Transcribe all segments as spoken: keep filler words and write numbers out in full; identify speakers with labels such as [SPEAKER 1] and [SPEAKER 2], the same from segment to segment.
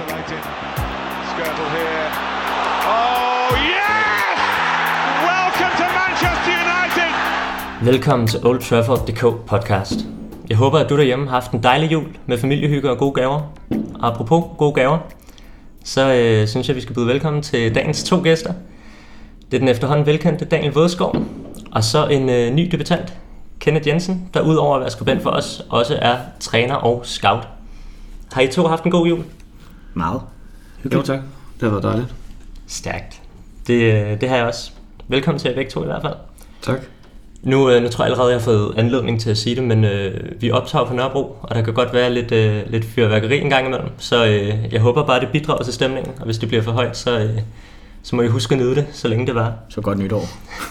[SPEAKER 1] Isolated. Skirtle here. Oh yes! Welcome to Manchester United!
[SPEAKER 2] Velkommen til Old Trafford punktum d k podcast. Jeg håber, at du derhjemme har haft en dejlig jul med familiehygge og gode gaver. Og apropos gode gaver, så øh, synes jeg, vi skal byde velkommen til dagens to gæster. Det er den efterhånden velkendte Daniel Vådskov, og så en øh, ny debutant, Kenneth Jensen, der udover at være skribent for os, også er træner og scout. Har I to haft en god jul?
[SPEAKER 3] Meget.
[SPEAKER 4] Jo tak, det har været dejligt.
[SPEAKER 2] Stærkt. Det, det har jeg også. Velkommen til jer begge to i hvert fald.
[SPEAKER 4] Tak.
[SPEAKER 2] Nu, øh, nu tror jeg allerede, jeg har fået anledning til at sige det, men øh, vi optager på Nørrebro, og der kan godt være lidt, øh, lidt fyrværkeri en gang imellem. Så øh, jeg håber bare, det bidrager til stemningen, og hvis det bliver for højt, så, øh, så må I huske at nyde det, så længe det var.
[SPEAKER 3] Så godt nytår.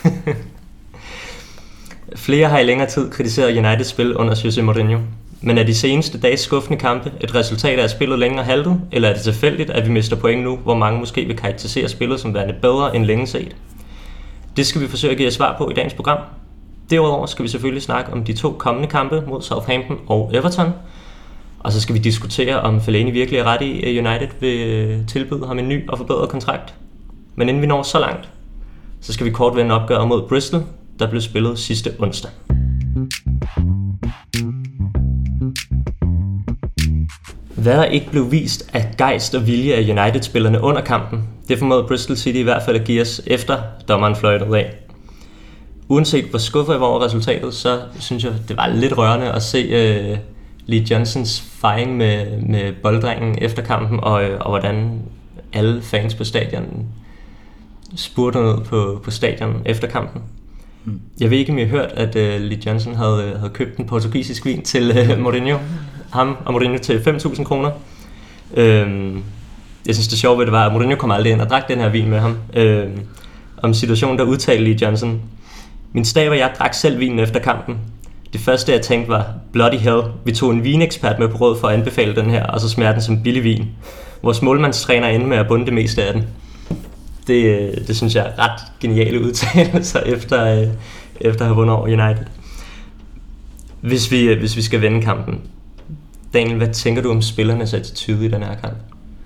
[SPEAKER 2] Flere har i længere tid kritiseret Uniteds spil under Jose Mourinho. Men er de seneste dages skuffende kampe et resultat af, at spillet længere haltet, eller er det tilfældigt, at vi mister point nu, hvor mange måske vil karakterisere spillet som værende bedre end længe set? Det skal vi forsøge at give jer svar på i dagens program. Derudover skal vi selvfølgelig snakke om de to kommende kampe mod Southampton og Everton. Og så skal vi diskutere, om Fellaini virkelig er ret i, at United vil tilbyde ham en ny og forbedret kontrakt. Men inden vi når så langt, så skal vi kort vende opgøret mod Bristol, der blev spillet sidste onsdag. Hvad der ikke blev vist af gejst og vilje af United-spillerne under kampen, det formåede Bristol City i hvert fald at give os efter dommeren fløjtede af. Uanset hvor skuffet jeg var over resultatet, så synes jeg, det var lidt rørende at se uh, Lee Johnsons fejring med, med bolddrengen efter kampen, og, og hvordan alle fans på stadion spurgte ned på, på stadion efter kampen. Jeg ved ikke, om I har hørt, at uh, Lee Johnson havde, havde købt en portugisisk vin til uh, Mourinho. Ham og Mourinho til fem tusind kroner. Øhm, jeg synes, det sjove ved det var, at Mourinho kom aldrig ind og drak den her vin med ham. Øhm, om situationen, der udtalte Lee Johnson: min stab og jeg drak selv vinen efter kampen. Det første, jeg tænkte, var bloody hell. Vi tog en vinekspert med på råd for at anbefale den her, og så smager den som billig vin. Vores målmandstræner ender med at bunde det meste af den. Det, det synes jeg er ret geniale udtalelser efter, øh, efter at have vundet over United. Hvis vi, hvis vi skal vende kampen, Daniel, hvad tænker du om spillernes attitude i den her kamp?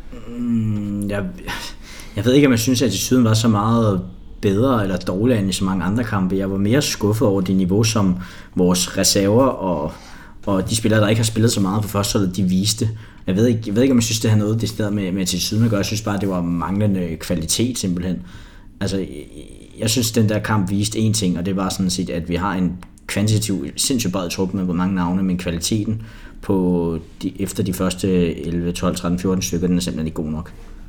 [SPEAKER 3] Mm, jeg, jeg ved ikke, om jeg synes, at attituden var så meget bedre eller dårligere end i så mange andre kampe. Jeg var mere skuffet over det niveau, som vores reserver og, og de spillere, der ikke har spillet så meget på førsteholdet, de viste. Jeg ved ikke, jeg ved ikke om jeg synes, det har noget det sted med, med attituden at gøre. Jeg synes bare, det var manglende kvalitet simpelthen. Altså, jeg, jeg synes, den der kamp viste én ting, og det var sådan set, at vi har en kvantitativ, sindssygt bred trup med hvor mange navne, men kvaliteten på de, efter de første elleve, tolv, tretten, fjorten stykker, den er simpelthen ikke god nok.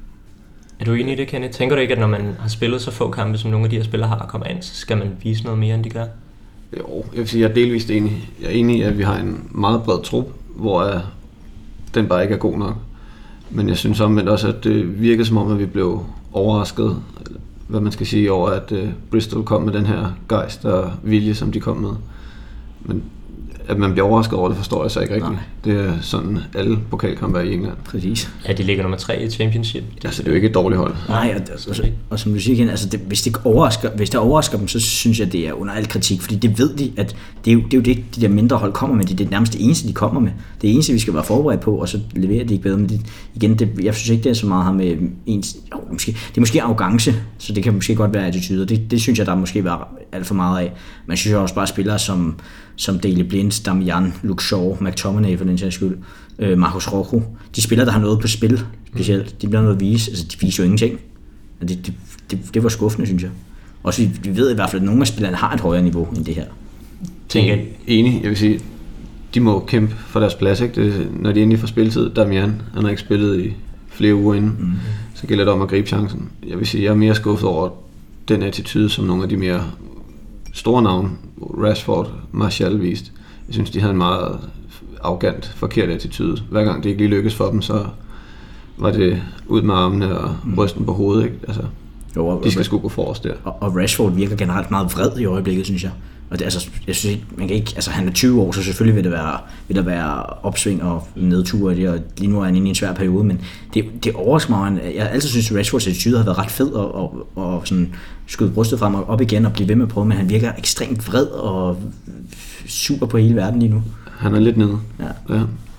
[SPEAKER 2] Er du enig i det, Kenneth? Tænker du ikke, at når man har spillet så få kampe, som nogle af de her spillere har kommet ind, så skal man vise noget mere, end de gør?
[SPEAKER 4] Jo, jeg vil sige, jeg er delvist enig. Jeg er enig i, at vi har en meget bred trup, hvor den bare ikke er god nok. Men jeg synes omvendt også, at det virkede som om, at vi blev overrasket, hvad man skal sige, over at Bristol kom med den her gejst og vilje, som de kom med. Men at man bliver overrasket over det, forstår jeg så ikke rigtigt. Nej. Det er sådan, alle pokalkampe er i England.
[SPEAKER 3] Præcis.
[SPEAKER 2] Ja, de ligger nummer tre i Championship.
[SPEAKER 4] Altså, det er jo ikke et dårligt hold.
[SPEAKER 3] Nej, og, og, og, og som du siger igen, altså det, hvis, det overrasker, hvis det overrasker dem, så synes jeg, det er under al kritik, fordi det ved de, at det er jo det, er jo det de der mindre hold kommer med. Det er det nærmest det eneste, de kommer med. Det eneste, vi skal være forberedt på, og så leverer de ikke bedre. Men det, igen, det, jeg synes ikke, det er så meget her med ens... Jo, måske, det er måske arrogance, så det kan måske godt være attitude. Det, det synes jeg, der måske var alt for meget af. Men jeg synes også bare spillere som... som Daley Blind, Damian, Luke Shaw, McTominay for den sags skyld, øh, Marcos Rojo. De spillere, der har noget på spil, specielt, de bliver noget at vise. Altså, de viser jo ingenting. Det, det, det, det var skuffende, synes jeg. Også vi, vi ved i hvert fald, at nogle af spillerne har et højere niveau end det her.
[SPEAKER 4] Tænker jeg. Enig, jeg vil sige, de må kæmpe for deres plads, ikke? Det, når de endelig får spilletid. Damian, han har ikke spillet i flere uger inden, mm. så gælder det om at gribe chancen. Jeg vil sige, jeg er mere skuffet over den attitude, som nogle af de mere store navne, Rashford, Martial viste. Jeg synes, de havde en meget arrogant, forkert attitude. Hver gang det ikke lige lykkedes for dem, så var det ud med armene og rysten på hovedet. Ikke? Altså, jo, og, de skal sgu gå forrest der.
[SPEAKER 3] Og, og Rashford virker generelt meget vred i øjeblikket, synes jeg. Og det, altså, jeg synes ikke, man kan ikke, altså han er tyve år, så selvfølgelig vil der være, vil der være opsving og nedture i det, og lige nu er han inde i en svær periode, men det, det overrasker mig. Jeg har altid synes, at Rashfords attitude har været ret fed, og, og, og sådan skyde brystet frem og op igen og blive ved med at prøve, men han virker ekstremt vred og super på hele verden lige nu.
[SPEAKER 4] Han er lidt nede.
[SPEAKER 3] Ja. Ja.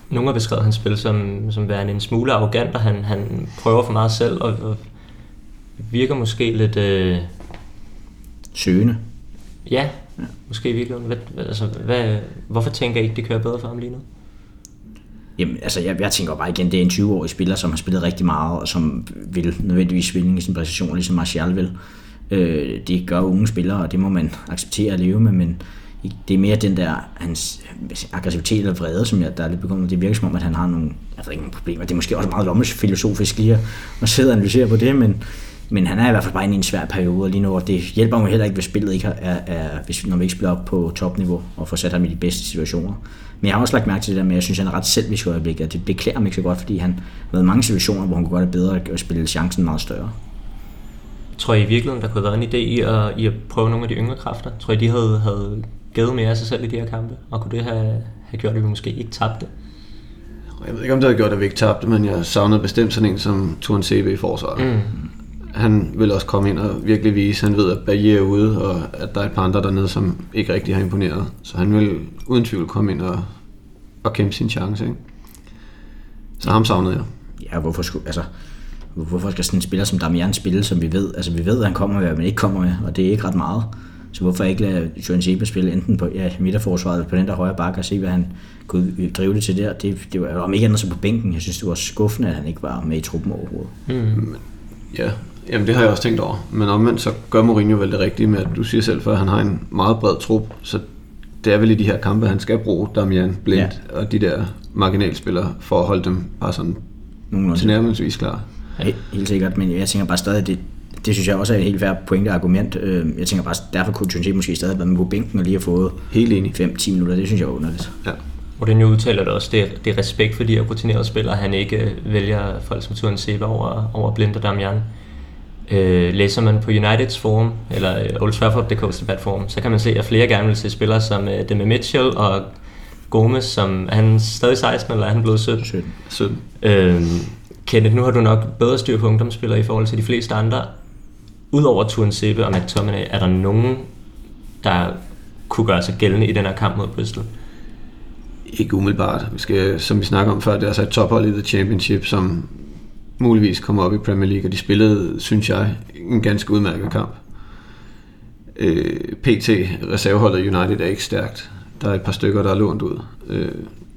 [SPEAKER 2] Nogle har beskrevet hans spil som, som værende en smule arrogant, og han, han prøver for meget selv, og, og virker måske lidt... Øh...
[SPEAKER 3] Søgende.
[SPEAKER 2] Ja, ja, måske virkelig. Hvad, altså, hvad, hvorfor tænker I ikke, det kører bedre for ham lige nu?
[SPEAKER 3] Jamen, altså, jeg, jeg tænker bare igen, det er en tyve-årig spiller, som har spillet rigtig meget, og som vil nødvendigvis spille i sin præstation, ligesom Martial vil. Øh, det gør unge spillere, og det må man acceptere at leve med, men det er mere den der, hans aggressivitet eller vrede, som jeg, der er lidt begyndt. Det virker som om, at han har nogle, jeg ved ikke, nogle problemer. Det er måske også meget lommefilosofisk lige at sidde og analysere på det, men, men han er i hvert fald bare inde i en svær periode, og lige nu, og det hjælper mig heller ikke, hvis spillet ikke er, er hvis, når vi ikke spiller op på topniveau, og får sat ham i de bedste situationer. Men jeg har også lagt mærke til det der med, at jeg synes, at han er ret selvisk i øjeblikket, og det beklæder ham ikke så godt, fordi han har været i mange situationer, hvor han kunne gøre det bedre og spille chancen meget større.
[SPEAKER 2] Tror I i virkeligheden, der kunne have været en idé i at, i at prøve nogle af de yngre kræfter? Tror I, de havde, havde givet mere af sig selv i de her kampe? Og kunne det have, have gjort, at vi måske ikke tabte?
[SPEAKER 4] Jeg ved ikke, om det havde gjort, at vi ikke tabte, men jeg savnede bestemt sådan en som Tuanzebe i forsvaret. Mm. Han vil også komme ind og virkelig vise, han ved, at Barriere er ude, og at der er et par andre dernede, som ikke rigtig har imponeret. Så han vil uden tvivl komme ind og, og kæmpe sin chance, ikke? Så ham savnede jeg.
[SPEAKER 3] Ja, hvorfor skulle, altså, hvorfor skal sådan en spiller som Damian spille, som vi ved? Altså, vi ved, at han kommer med, men ikke kommer med, og det er ikke ret meget. Så hvorfor ikke lade Tuanzebe spille enten på ja, midterforsvaret eller på den der højre bakke og se, hvad han kunne drive det til der? Det, det var om ikke andet så på bænken. Jeg synes, det var skuffende, at han ikke var med i truppen overhovedet.
[SPEAKER 2] Mm.
[SPEAKER 4] Ja, jamen det har jeg også tænkt over. Men omvendt så gør Mourinho vel det rigtige med, at du siger selv, at han har en meget bred trup, så det er vel i de her kampe, han skal bruge Damian, Blind ja. og de der marginalspillere for at holde dem bare sådan tilnærmelsesvis klar.
[SPEAKER 3] Ja, helt sikkert, men jeg tænker bare stadig, det, det synes jeg også er et helt fair pointe og argument. Jeg tænker bare, derfor kunne Tuanzebe måske stadig være med på bænken og lige have fået
[SPEAKER 4] helt enig
[SPEAKER 3] fem til ti minutter. Det synes jeg er underligt.
[SPEAKER 4] Ja.
[SPEAKER 2] Og den udtaler det også, det er, det er respekt for de her rutinerede spillere, han ikke vælger folk som Tuanzebe over, over Blind og Damian. Øh, læser man på Uniteds forum, eller Old Trafford punktum d k's debatforum, så kan man se, at flere gerne vil se spillere som øh, Demi Mitchell og Gomez, som er han stadig seksten, eller er han blevet sytten?
[SPEAKER 3] sytten.
[SPEAKER 2] sytten. Øh, Kenneth, nu har du nok bedre styr på ungdomsspillere i forhold til de fleste andre. Udover Tuanzebe og McTominay, er der nogen, der kunne gøre sig gældende i den her kamp mod Bristol?
[SPEAKER 4] Ikke umiddelbart. Vi skal, som vi snakker om før, det er altså et tophold i The Championship, som muligvis kommer op i Premier League, og de spillede, synes jeg, en ganske udmærket kamp. Øh, P T, reserveholdet United, er ikke stærkt. Der er et par stykker, der er lånt ud. Øh,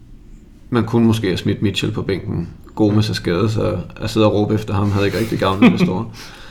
[SPEAKER 4] man kunne måske have smidt Mitchell på bænken. Gomez er skadet, så at sidde og råbe efter ham havde ikke rigtig gavn af det store.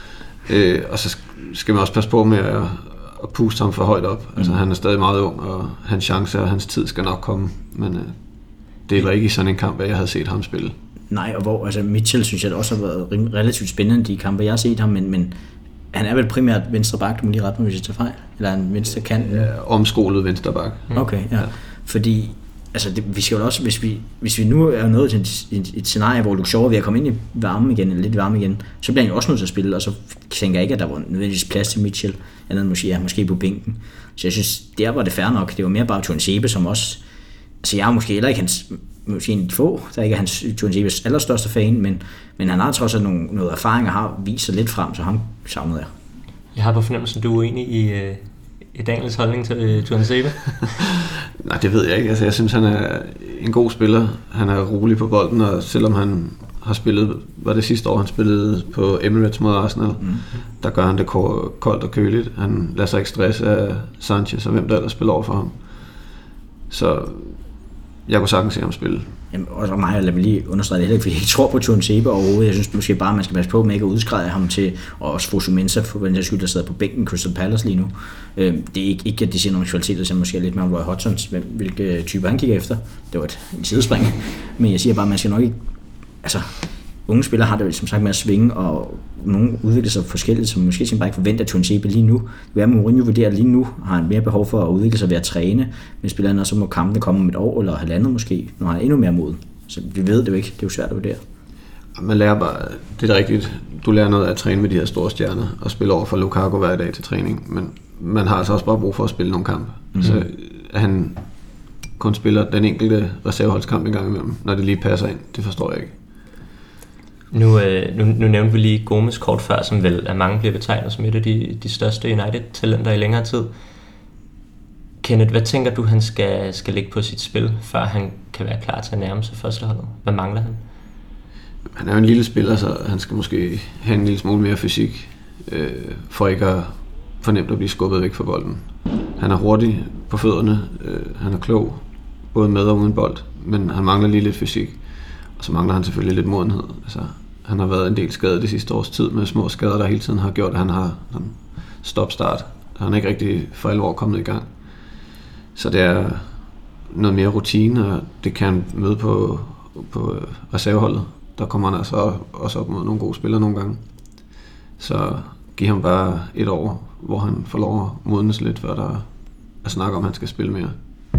[SPEAKER 4] øh, og så skal man også passe på med at, at puste ham for højt op. Altså, han er stadig meget ung, og hans chancer og hans tid skal nok komme. Men øh, det var ikke i sådan en kamp, at jeg havde set ham spille.
[SPEAKER 3] Nej, og hvor altså Mitchell synes jeg også har været relativt spændende de kampe, jeg har set ham, men, men han er vel primært venstre bak, du må lige rette mig, hvis jeg tager fejl, eller en venstre kant.
[SPEAKER 4] Ja, omskolet venstre bak.
[SPEAKER 3] Okay, ja. ja. Fordi altså det, vi skal jo også, hvis vi, hvis vi nu er nået til et, et, et scenarie, hvor Luke Shaw er ved at komme ind i varme igen, eller lidt varme igen, så bliver han jo også nødt til at spille, og så tænker jeg ikke, at der var nødvendigvis plads til Mitchell, eller måske, ja, måske på bænken. Så jeg synes, der var det fair nok. Det var mere bare Tuanzebe, som også, altså jeg er måske heller ikke hans, måske en af de få, der ikke er hans Tuanzebes allerstørste fan, men, men han har trods alt nogle, noget erfaring og har vist sig lidt frem, så ham savnede jeg.
[SPEAKER 2] Jeg har på fornemmelsen, du er uenig i, uh, i Daniels holdning til uh, Tuanzebe.
[SPEAKER 4] Nej, det ved jeg ikke. Altså, jeg synes, han er en god spiller. Han er rolig på bolden, og selvom han har spillet, var det sidste år, han spillede på Emirates mod Arsenal, mm. der gør han det koldt og køligt. Han lader sig ikke stresse af Sanchez og hvem der ellers spiller over for ham. Så jeg kunne sagtens se ham spille.
[SPEAKER 3] Jamen, også mig, jeg vil lige understrege det heller ikke, fordi jeg ikke tror på Tuanzebe overhovedet. Jeg synes måske bare, man skal passe på med ikke at udskræde ham til, og også få Sumensa, for den her skyld, der sidder på bænken Crystal Palace lige nu. Det er ikke, ikke at de siger nogle kvaliteter, som måske er lidt mere om Roy Hodgson, hvilke typer han kigger efter. Det var et, et sidespring. Men jeg siger bare, man skal nok ikke, altså, unge spillere har det vel som sagt med at svinge, og nogle udvikler sig forskelligt, som måske simpelthen bare ikke forventer Tuanzebe lige nu. Det er Mourinho vurderer lige nu, har han mere behov for at udvikle sig ved at træne, men spillerne, så må kampene komme om et år eller halvandet måske, når han er endnu mere mod. Så vi ved det jo ikke, det er jo svært at vurdere.
[SPEAKER 4] Man lærer bare, det er rigtigt, du lærer noget af at træne med de her store stjerner, og spille over for Lukaku hver dag til træning, men man har altså også bare brug for at spille nogle kampe. Mm-hmm. Så at han kun spiller den enkelte reserveholdskamp en gang imellem, når det lige passer ind, det forstår jeg ikke.
[SPEAKER 2] Nu, øh, nu, nu nævnte vi lige Gomez kort før, som vel af mange bliver betegnet som et af de, de største United-talenter i længere tid. Kenneth, hvad tænker du, han skal, skal lægge på sit spil, før han kan være klar til at nærme sig førsteholdet? Hvad mangler han?
[SPEAKER 4] Han er jo en lille spiller, så han skal måske have en lille smule mere fysik, øh, for ikke at fornemt at blive skubbet væk fra bolden. Han er hurtig på fødderne, øh, han er klog, både med og uden bold, men han mangler lige lidt fysik. Og så mangler han selvfølgelig lidt modenhed. Altså, han har været en del skadet det sidste års tid med små skader, der hele tiden har gjort, at han har stop-start. Han er ikke rigtig for alvor kommet i gang. Så det er noget mere rutine, og det kan han møde på, på reserveholdet. Der kommer han altså også op mod nogle gode spillere nogle gange. Så giv ham bare et år, hvor han får lov at modnes lidt, før der er snak om, at han skal spille mere.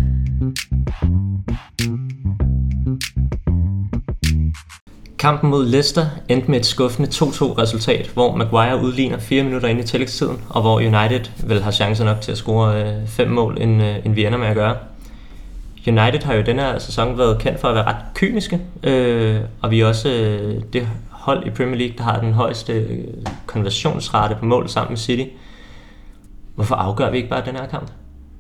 [SPEAKER 2] Kampen mod Leicester endte med et skuffende to to resultat, hvor Maguire udligner fire minutter inde i tillægstiden, og hvor United vel har chancer nok til at score øh, fem mål, end, øh, end vi ender med at gøre. United har jo denne her sæson været kendt for at være ret kyniske, øh, og vi er også øh, det hold i Premier League, der har den højeste øh, konversionsrate på mål sammen med City. Hvorfor afgør vi ikke bare den her kamp?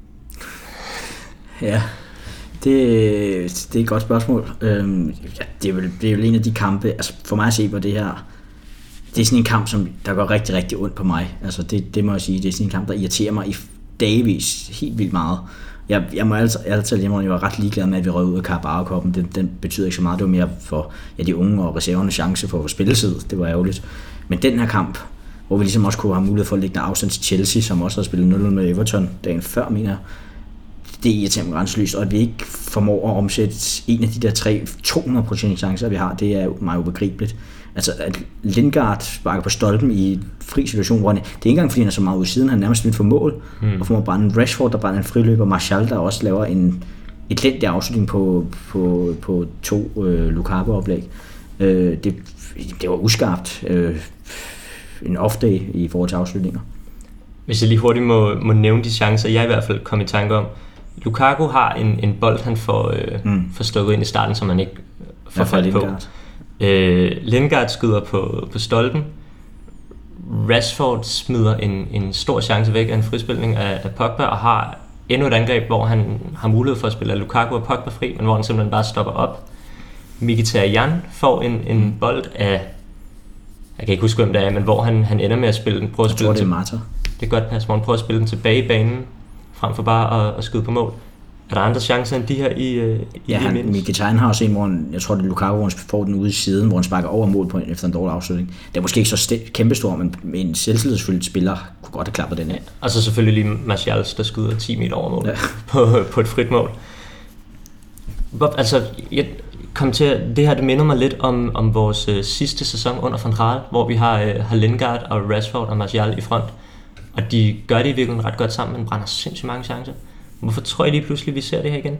[SPEAKER 3] Ja, det, det er et godt spørgsmål. Øhm, ja, det, er vel, det er vel en af de kampe, altså for mig at se på det her, det er sådan en kamp, som der går rigtig, rigtig ondt på mig. Altså det, det må jeg sige, det er sådan en kamp, der irriterer mig i dagevis helt vildt meget. Jeg, jeg må altid, altid jeg var ret ligeglad med, at vi røg ud af Carabao-koppen. Den, den betyder ikke så meget. Det var mere for ja, de unge og reserverne chance for spilletid. Det var ærgerligt. Men den her kamp, hvor vi ligesom også kunne have mulighed for at lægge en afstand til Chelsea, som også har spillet nul nul med Everton dagen før, mener jeg, det irriterer mig grænseløst, og at vi ikke formår at omsætte en af de der tre to hundrede procent chancer, vi har, det er meget ubegribeligt. Altså, at Lingard sparker på stolpen i en fri situation, hvor han, det er ikke engang, fordi han er så meget ude siden, han er nærmest lidt for mål, mm. og får man brænde en Rashford, der brænder en friløber, Martial, der også laver en elendig afslutning på, på, på to øh, Lukaku-oplæg. Øh, det, det var uskarpt. Øh, en off-day i forhold til afslutninger.
[SPEAKER 2] Hvis jeg lige hurtigt må, må nævne de chancer, jeg i hvert fald kom i tanke om. Lukaku har en, en bold, han får, øh, mm. får stukket ind i starten, som han ikke får fat på. Øh, Lingard skyder på, på stolpen. Rashford smider en, en stor chance væk af en frispilning af, af Pogba, og har endnu et angreb, hvor han har mulighed for at spille Lukaku og Pogba fri, men hvor han simpelthen bare stopper op. Mkhitaryan får en, en bold af, jeg kan ikke huske, hvem det er, men hvor han, han ender med at spille den. Prøver at
[SPEAKER 3] jeg
[SPEAKER 2] spille
[SPEAKER 3] tror, det er Marta.
[SPEAKER 2] Det er godt pas, hvor han prøver at spille den tilbage i banen, frem for bare at, at skyde på mål. Er der andre chancer end de her i, i
[SPEAKER 3] ja, han, Mkhitaryan har også en, hvor han, jeg tror det er Lukaku, hvor han får den ude i siden, hvor han sparker over mål på en, efter en dårlig afslutning. Det er måske ikke så st- kæmpestor, men en selvtillidsfyldt spiller kunne godt have klappet den af. Ja,
[SPEAKER 2] og så selvfølgelig lige Martial, der skyder ti meter over mål ja. på, på et frit mål. Altså, jeg kom til at, det her det minder mig lidt om, om vores øh, sidste sæson under Van Gaal, hvor vi har, øh, har Lingard og Rashford og Martial i front. Og de gør det i virkeligheden ret godt sammen, men brænder sindssygt mange chancer. Hvorfor tror jeg lige pludselig, vi ser det her igen?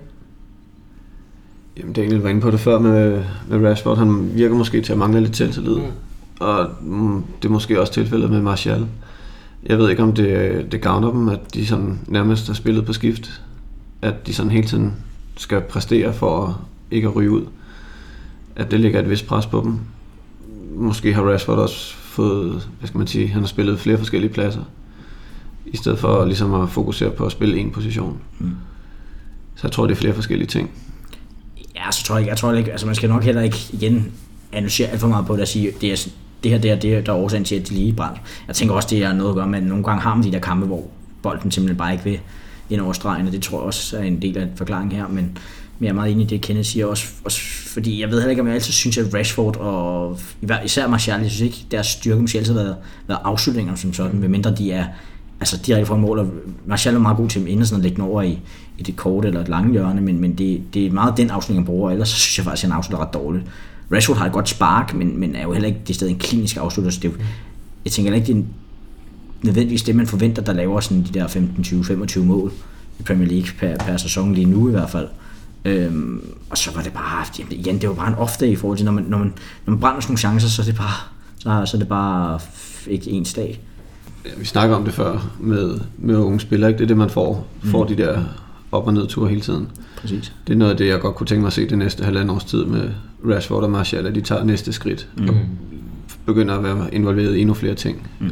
[SPEAKER 4] Jamen, Daniel var inde på det før med, med Rashford. Han virker måske til at mangle lidt selvtillid. Mm. Og mm, det er måske også tilfældet med Martial. Jeg ved ikke, om det, det gavner dem, at de sådan nærmest har spillet på skift. At de sådan hele tiden skal præstere for ikke at ryge ud. At det ligger et vist pres på dem. Måske har Rashford også fået, hvad skal man sige, han har spillet flere forskellige pladser. I stedet for ligesom at fokusere på at spille en position. Mm. Så jeg tror, det er flere forskellige ting.
[SPEAKER 3] Ja, så tror jeg, jeg tror ikke, altså man skal nok heller ikke igen analysere alt for meget på det og sige, det er det her, det er, det er der er årsagen til, at de lige brænder. Jeg tænker også, det er noget at gøre med, at nogle gange har man de der kampe, hvor bolden simpelthen bare ikke vil ind over stregen, og det tror jeg også er en del af forklaringen her, men jeg er meget enig i det, Kenneth siger også, også, fordi jeg ved heller ikke, om jeg altid synes, at Rashford og især Martial, jeg synes ikke, deres styrke måske altid har været, været afslutninger som sådan, medmindre de er altså direkte fra mål, og Martial er meget god til at ende sådan at lægge den over i, i det korte eller et lange hjørne, men, men det, det er meget den afslutning, han bruger, ellers så synes jeg faktisk, at han afslutter ret dårligt. Rashford har et godt spark, men, men er jo heller ikke det sted en klinisk afslutter, så det er, jeg tænker ikke, det er nødvendigvis det, man forventer, der laver sådan de der femten, tyve, femogtyve mål i Premier League per, per sæson lige nu i hvert fald. Øhm, og så var det bare, igen, det var bare en off-day i forhold til, når man, når man, når man brænder sådan nogle chancer, så er det bare, så, så er det bare ikke en dag.
[SPEAKER 4] Ja, vi snakker om det før med, med unge spillere, ikke? Det er det, man får, får mm. de der op- og ned-ture hele tiden.
[SPEAKER 3] Præcis.
[SPEAKER 4] Det er noget af det, jeg godt kunne tænke mig at se det næste halvandet års tid med Rashford og Martial, at de tager næste skridt mm. og begynder at være involveret i endnu flere ting. Mm.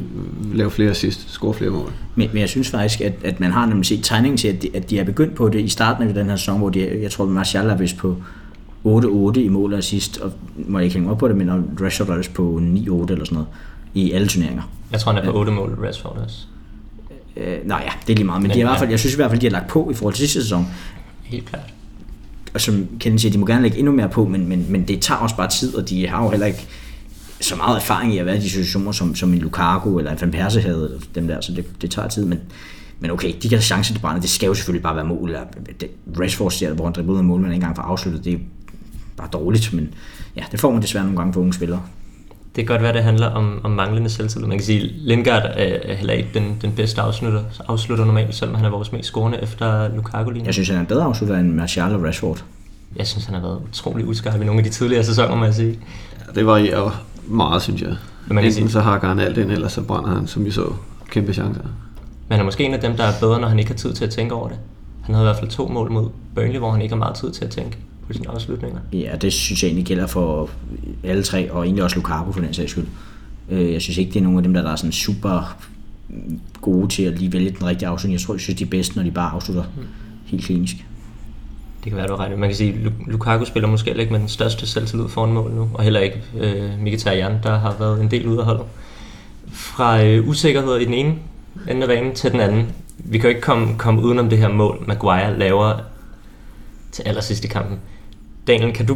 [SPEAKER 4] lave flere assist, score flere mål.
[SPEAKER 3] Men, men jeg synes faktisk, at, at man har nemlig set tegningen til, at de, at de er begyndt på det i starten af den her sæson, hvor de, jeg tror, at Martial er vist på otte otte i mål og assist, og må jeg ikke hænge op på det, men Rashford er vist på ni otte eller sådan noget i alle turneringer.
[SPEAKER 2] Jeg tror, han er på otte mål, Rashford også.
[SPEAKER 3] Øh, nej, ja, det er lige meget, men, men de er i hvert fald, jeg synes i hvert fald, de har lagt på i forhold til sidste sæson.
[SPEAKER 2] Helt klart.
[SPEAKER 3] Og som Kenneth siger, de må gerne lægge endnu mere på, men, men, men det tager også bare tid, og de har jo heller ikke så meget erfaring i at være i de situationer, som, som en Lukaku eller en Van Persie havde, dem der, så det, det tager tid, men, men okay, de kan chancer til brænder, det skal jo selvfølgelig bare være mål, eller Rashford ser, hvor han dribler ud af mål, men ikke engang får afsluttet, det er bare dårligt, men ja, det får man desværre nogle gange for unge spillere.
[SPEAKER 2] Det kan godt være, det handler om, om manglende selvtillid. Man kan sige, at Lingard er heller ikke den, den bedste afslutter, afslutter normalt, selvom han er vores mest scorende efter Lukaku lige nu.
[SPEAKER 3] Jeg synes, han er en bedre afslutter end Martial og Rashford.
[SPEAKER 2] Jeg synes, han har været utrolig uskarp i nogle af de tidligere sæsoner, må jeg sige.
[SPEAKER 4] Ja, det varierer meget, synes jeg. Enten
[SPEAKER 2] sige,
[SPEAKER 4] så hakker han alt ind, eller så brænder han, som vi så, kæmpe chancer.
[SPEAKER 2] Men han er måske en af dem, der er bedre, når han ikke har tid til at tænke over det. Han havde i hvert fald to mål mod Burnley, hvor han ikke har meget tid til at tænke på sine afslutninger.
[SPEAKER 3] Ja, det synes jeg egentlig gælder for alle tre, og egentlig også Lukaku for den sags skyld. Jeg synes ikke, det er nogen af dem, der er sådan super gode til at lige vælge den rigtige afslutning. Jeg tror, jeg synes, de er bedst, når de bare afslutter mm. helt klinisk.
[SPEAKER 2] Det kan være, du har ret. Man kan sige, at Lukaku spiller måske ikke med den største selvtillid foran mål nu, og heller ikke øh, Mkhitaryan, der har været en del ude af holdet. Fra øh, usikkerhed i den ene ende af banen til den anden. Vi kan jo ikke komme, komme udenom det her mål, Maguire laver til allersidst i kampen. Daniel, kan du,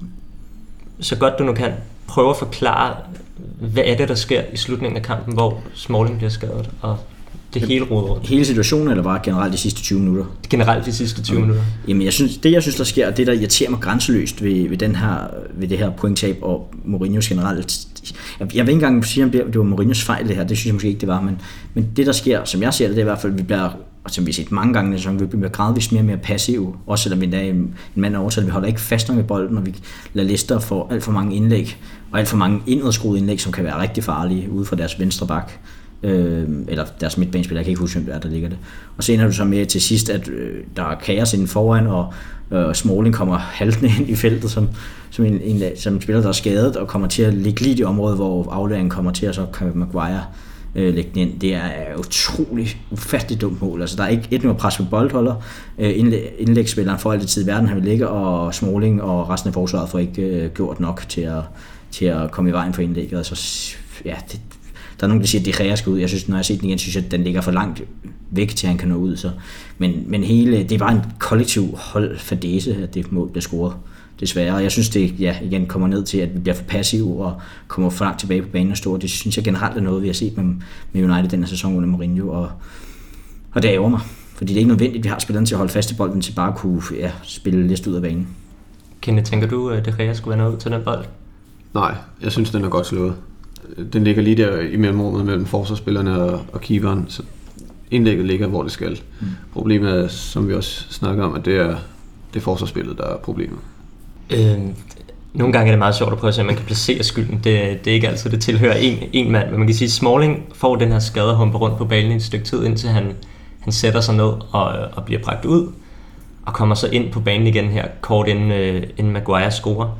[SPEAKER 2] så godt du nu kan, prøve at forklare, hvad er det, der sker i slutningen af kampen, hvor Smalling bliver skadet, og det hele roder rundt?
[SPEAKER 3] Hele situationen, eller bare generelt de sidste tyve minutter?
[SPEAKER 2] Generelt de sidste tyve okay. minutter.
[SPEAKER 3] Jamen, jeg synes, det jeg synes, der sker, og det der irriterer mig grænseløst ved, ved, den her, ved det her pointtab og Mourinhos generelt. Jeg, jeg vil ikke engang sige, at det var Mourinhos fejl det her, det synes jeg måske ikke, det var, men, men det der sker, som jeg ser det, det er i hvert fald, vi bliver, og som vi har set mange gange, så vi bliver gradvist mere og mere passive, også selvom vi er en mand overtaget, vi holder ikke fast nok i bolden, og vi lader Leicester få alt for mange indlæg, og alt for mange indadskruede indlæg, som kan være rigtig farlige ude fra deres venstre bak. Øh, eller deres midtbanespiller, jeg kan ikke huske, hvem det er, der ligger det. Og så ender du så med til sidst, at øh, der er kaos inden foran, og øh, Smalling kommer haltende ind i feltet, som, som, en, en, som en spiller, der er skadet, og kommer til at ligge lige i det område, hvor afleveringen kommer til, og så kan Maguire øh, lægge den ind. Det er utroligt ufatteligt dumt mål. Altså, der er ikke et noget pres på boldholder. Øh, indlægsspilleren får altid tid i verden, han vil ligge, og Smalling og resten af forsvaret får ikke øh, gjort nok til at, til at komme i vejen for indlægget. Altså, ja, det der er nogen, der siger, at De Gea skal ud. Jeg synes, når jeg har set den igen, synes jeg, at den ligger for langt væk, til han kan nå ud. Så. Men, men hele, det var en kollektiv holdfadese, at det mål blev scoret, desværre. Og jeg synes, det ja, igen kommer ned til, at vi bliver for passive og kommer for langt tilbage på banen og står. Det synes jeg generelt er noget, vi har set med, med United den her sæson under Mourinho. Og, og det ærger mig, fordi det er ikke nødvendigt, vi har spilleren til at holde fast i bolden, til bare at kunne ja, spille lidt ud af banen.
[SPEAKER 2] Kenneth, tænker du, at De Gea skulle være noget til den bold?
[SPEAKER 4] Nej, jeg synes, den er godt slået. Den ligger lige der i mellemrummet mellem forsvarsspillerne og, og keeperen, så indlægget ligger, hvor det skal. Mm. Problemet er, som vi også snakker om, at det er det forsvarsspillet, der er problemet.
[SPEAKER 2] Øh, nogle gange er det meget sjovt at prøve at se, at man kan placere skylden. Det, det er ikke altid, det tilhører en, en mand, men man kan sige, at Smalling får den her skade og humper rundt på banen i et stykke tid, indtil han, han sætter sig ned og, og bliver bragt ud, og kommer så ind på banen igen her, kort inden, øh, inden Maguire scorer.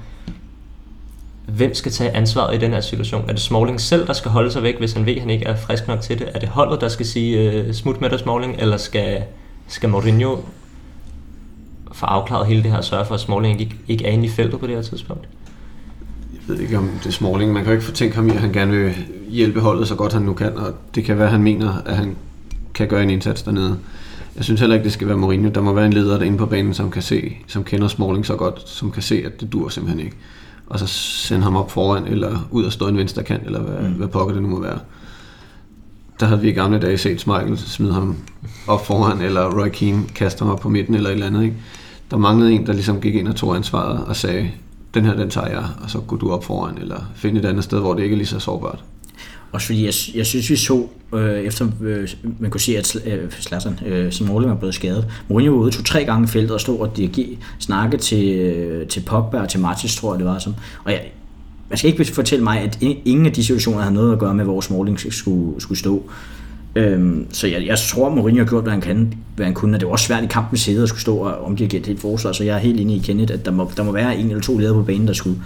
[SPEAKER 2] Hvem skal tage ansvaret i den her situation? Er det Smalling selv, der skal holde sig væk, hvis han ved, at han ikke er frisk nok til det? Er det holdet, der skal sige uh, smut med dig, Smalling? Eller skal, skal Mourinho få afklaret hele det her og sørge for, at Smalling ikke, ikke er inde i feltet på det her tidspunkt?
[SPEAKER 4] Jeg ved ikke, om det er Smalling. Man kan jo ikke fortænke ham i, at han gerne vil hjælpe holdet så godt han nu kan, og det kan være, at han mener, at han kan gøre en indsats dernede. Jeg synes heller ikke, det skal være Mourinho. Der må være en leder derinde på banen, som kan se, som kender Smalling så godt, som kan se, at det dur simpelthen ikke. Og så sende ham op foran, eller ud og stå en venstre kant, eller hvad, mm. hvad pokker det nu må være. Der havde vi i gamle dage set Schmeichel smide ham op foran, eller Roy Keane kaste ham op på midten, eller et eller andet. Ikke? Der manglede en, der ligesom gik ind og tog ansvaret og sagde, den her, den tager jeg, og så går du op foran, eller finde et andet sted, hvor det ikke er lige så sårbart.
[SPEAKER 3] Også fordi jeg, jeg synes, vi så, øh, efter øh, man kunne se, at øh, Zlatan, øh, Smalling var blevet skadet. Mourinho var ude to-tre gange i feltet og stod og dirigerede, snakke til, øh, til Pogba og til Matic, tror jeg det var. Som. Og jeg, man skal ikke fortælle mig, at ingen af de situationer havde noget at gøre med, hvor Smalling skulle, skulle stå. Øhm, så jeg, jeg tror, at Mourinho har gjort, hvad han, kan, hvad han kunne, og det var også svært i kampen sæde at skulle stå og omdirigere et helt forsvar, så jeg er helt enig i Kenneth, at der må, der må være en eller to ledere på banen, der skulle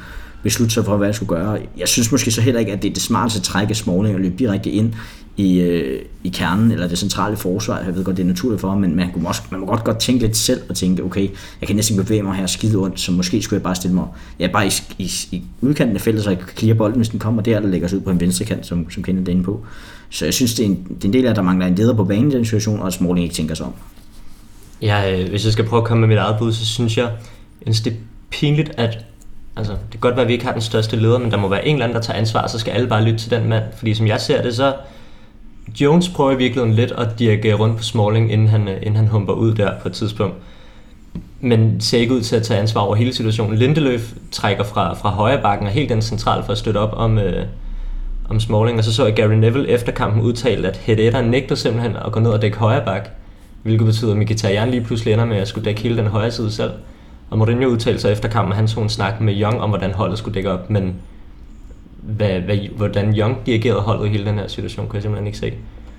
[SPEAKER 3] beslutte sig for, hvad jeg skulle gøre. Jeg synes måske så heller ikke, at det er det smarteste træk af Smalling at løbe direkte ind i, øh, i kernen, eller det centrale forsvar. Jeg ved godt, det er naturligt for ham, men man, kunne også, man må godt godt tænke lidt selv, og tænke, okay, jeg kan næsten bevæge mig her skide ondt, så måske skulle jeg bare stille mig, jeg er bare i, i, i udkanten af feltet, så jeg kan clear bolden, hvis den kommer der, eller lægger sig ud på en venstre kant, som, som kender den på. Så jeg synes, det er, en, det er en del af, at der mangler en leder på banen i den situation, og at Smalling ikke tænker sig om.
[SPEAKER 2] Ja, øh, hvis jeg skal prøve at komme med mit eget bud, så synes jeg, at det er pinligt, at altså, det kan godt være, at vi ikke har den største leder, men der må være en eller anden, der tager ansvar, så skal alle bare lytte til den mand. Fordi som jeg ser det, så Jones prøver i virkeligheden lidt at dirigere rundt på Smalling, inden han, inden han humper ud der på et tidspunkt. Men ser ikke ud til at tage ansvar over hele situationen. Lindeløf trækker fra, fra højre bakken og helt den central for at støtte op om, øh, om Smalling. Og så så jeg Gary Neville efter kampen udtalt, at Hedera nægter simpelthen at gå ned og dække højre bak. Hvilket betyder, at Mkhitaryan lige pludselig ender med at skulle dække hele den højre side selv. Og Mourinho udtalte sig efter kampen, at han tog en snak med Young om, hvordan holdet skulle dække op. Men hvad, hvad, hvordan Young dirigerede holdet i hele den her situation, kan jeg simpelthen ikke se.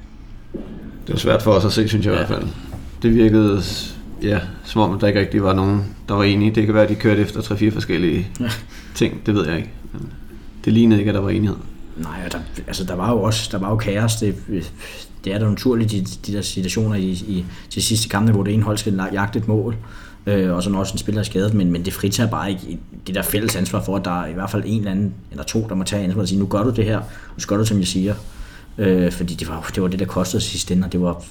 [SPEAKER 4] Det var svært for os at se, synes jeg ja. i hvert fald. Det virkede, ja, som om der ikke rigtig var nogen, der var enige. Det kan være, at de kørte efter tre-fire forskellige ja. ting, det ved jeg ikke. Men det lignede ikke, at der var enighed.
[SPEAKER 3] Nej, der, altså der var jo også der var jo kaos. Det, det er da naturligt, de, de der situationer i, i de sidste kampe, hvor det ene hold skal jagte et mål, øh, og så når også en spiller er skadet, men, men det fritager bare ikke det der fælles ansvar for, at der er i hvert fald en eller anden, eller to, der må tage ansvar og sige, nu gør du det her, nu gør du, som jeg siger. Øh, fordi det var, det var det, der kostede sidst ende, og det var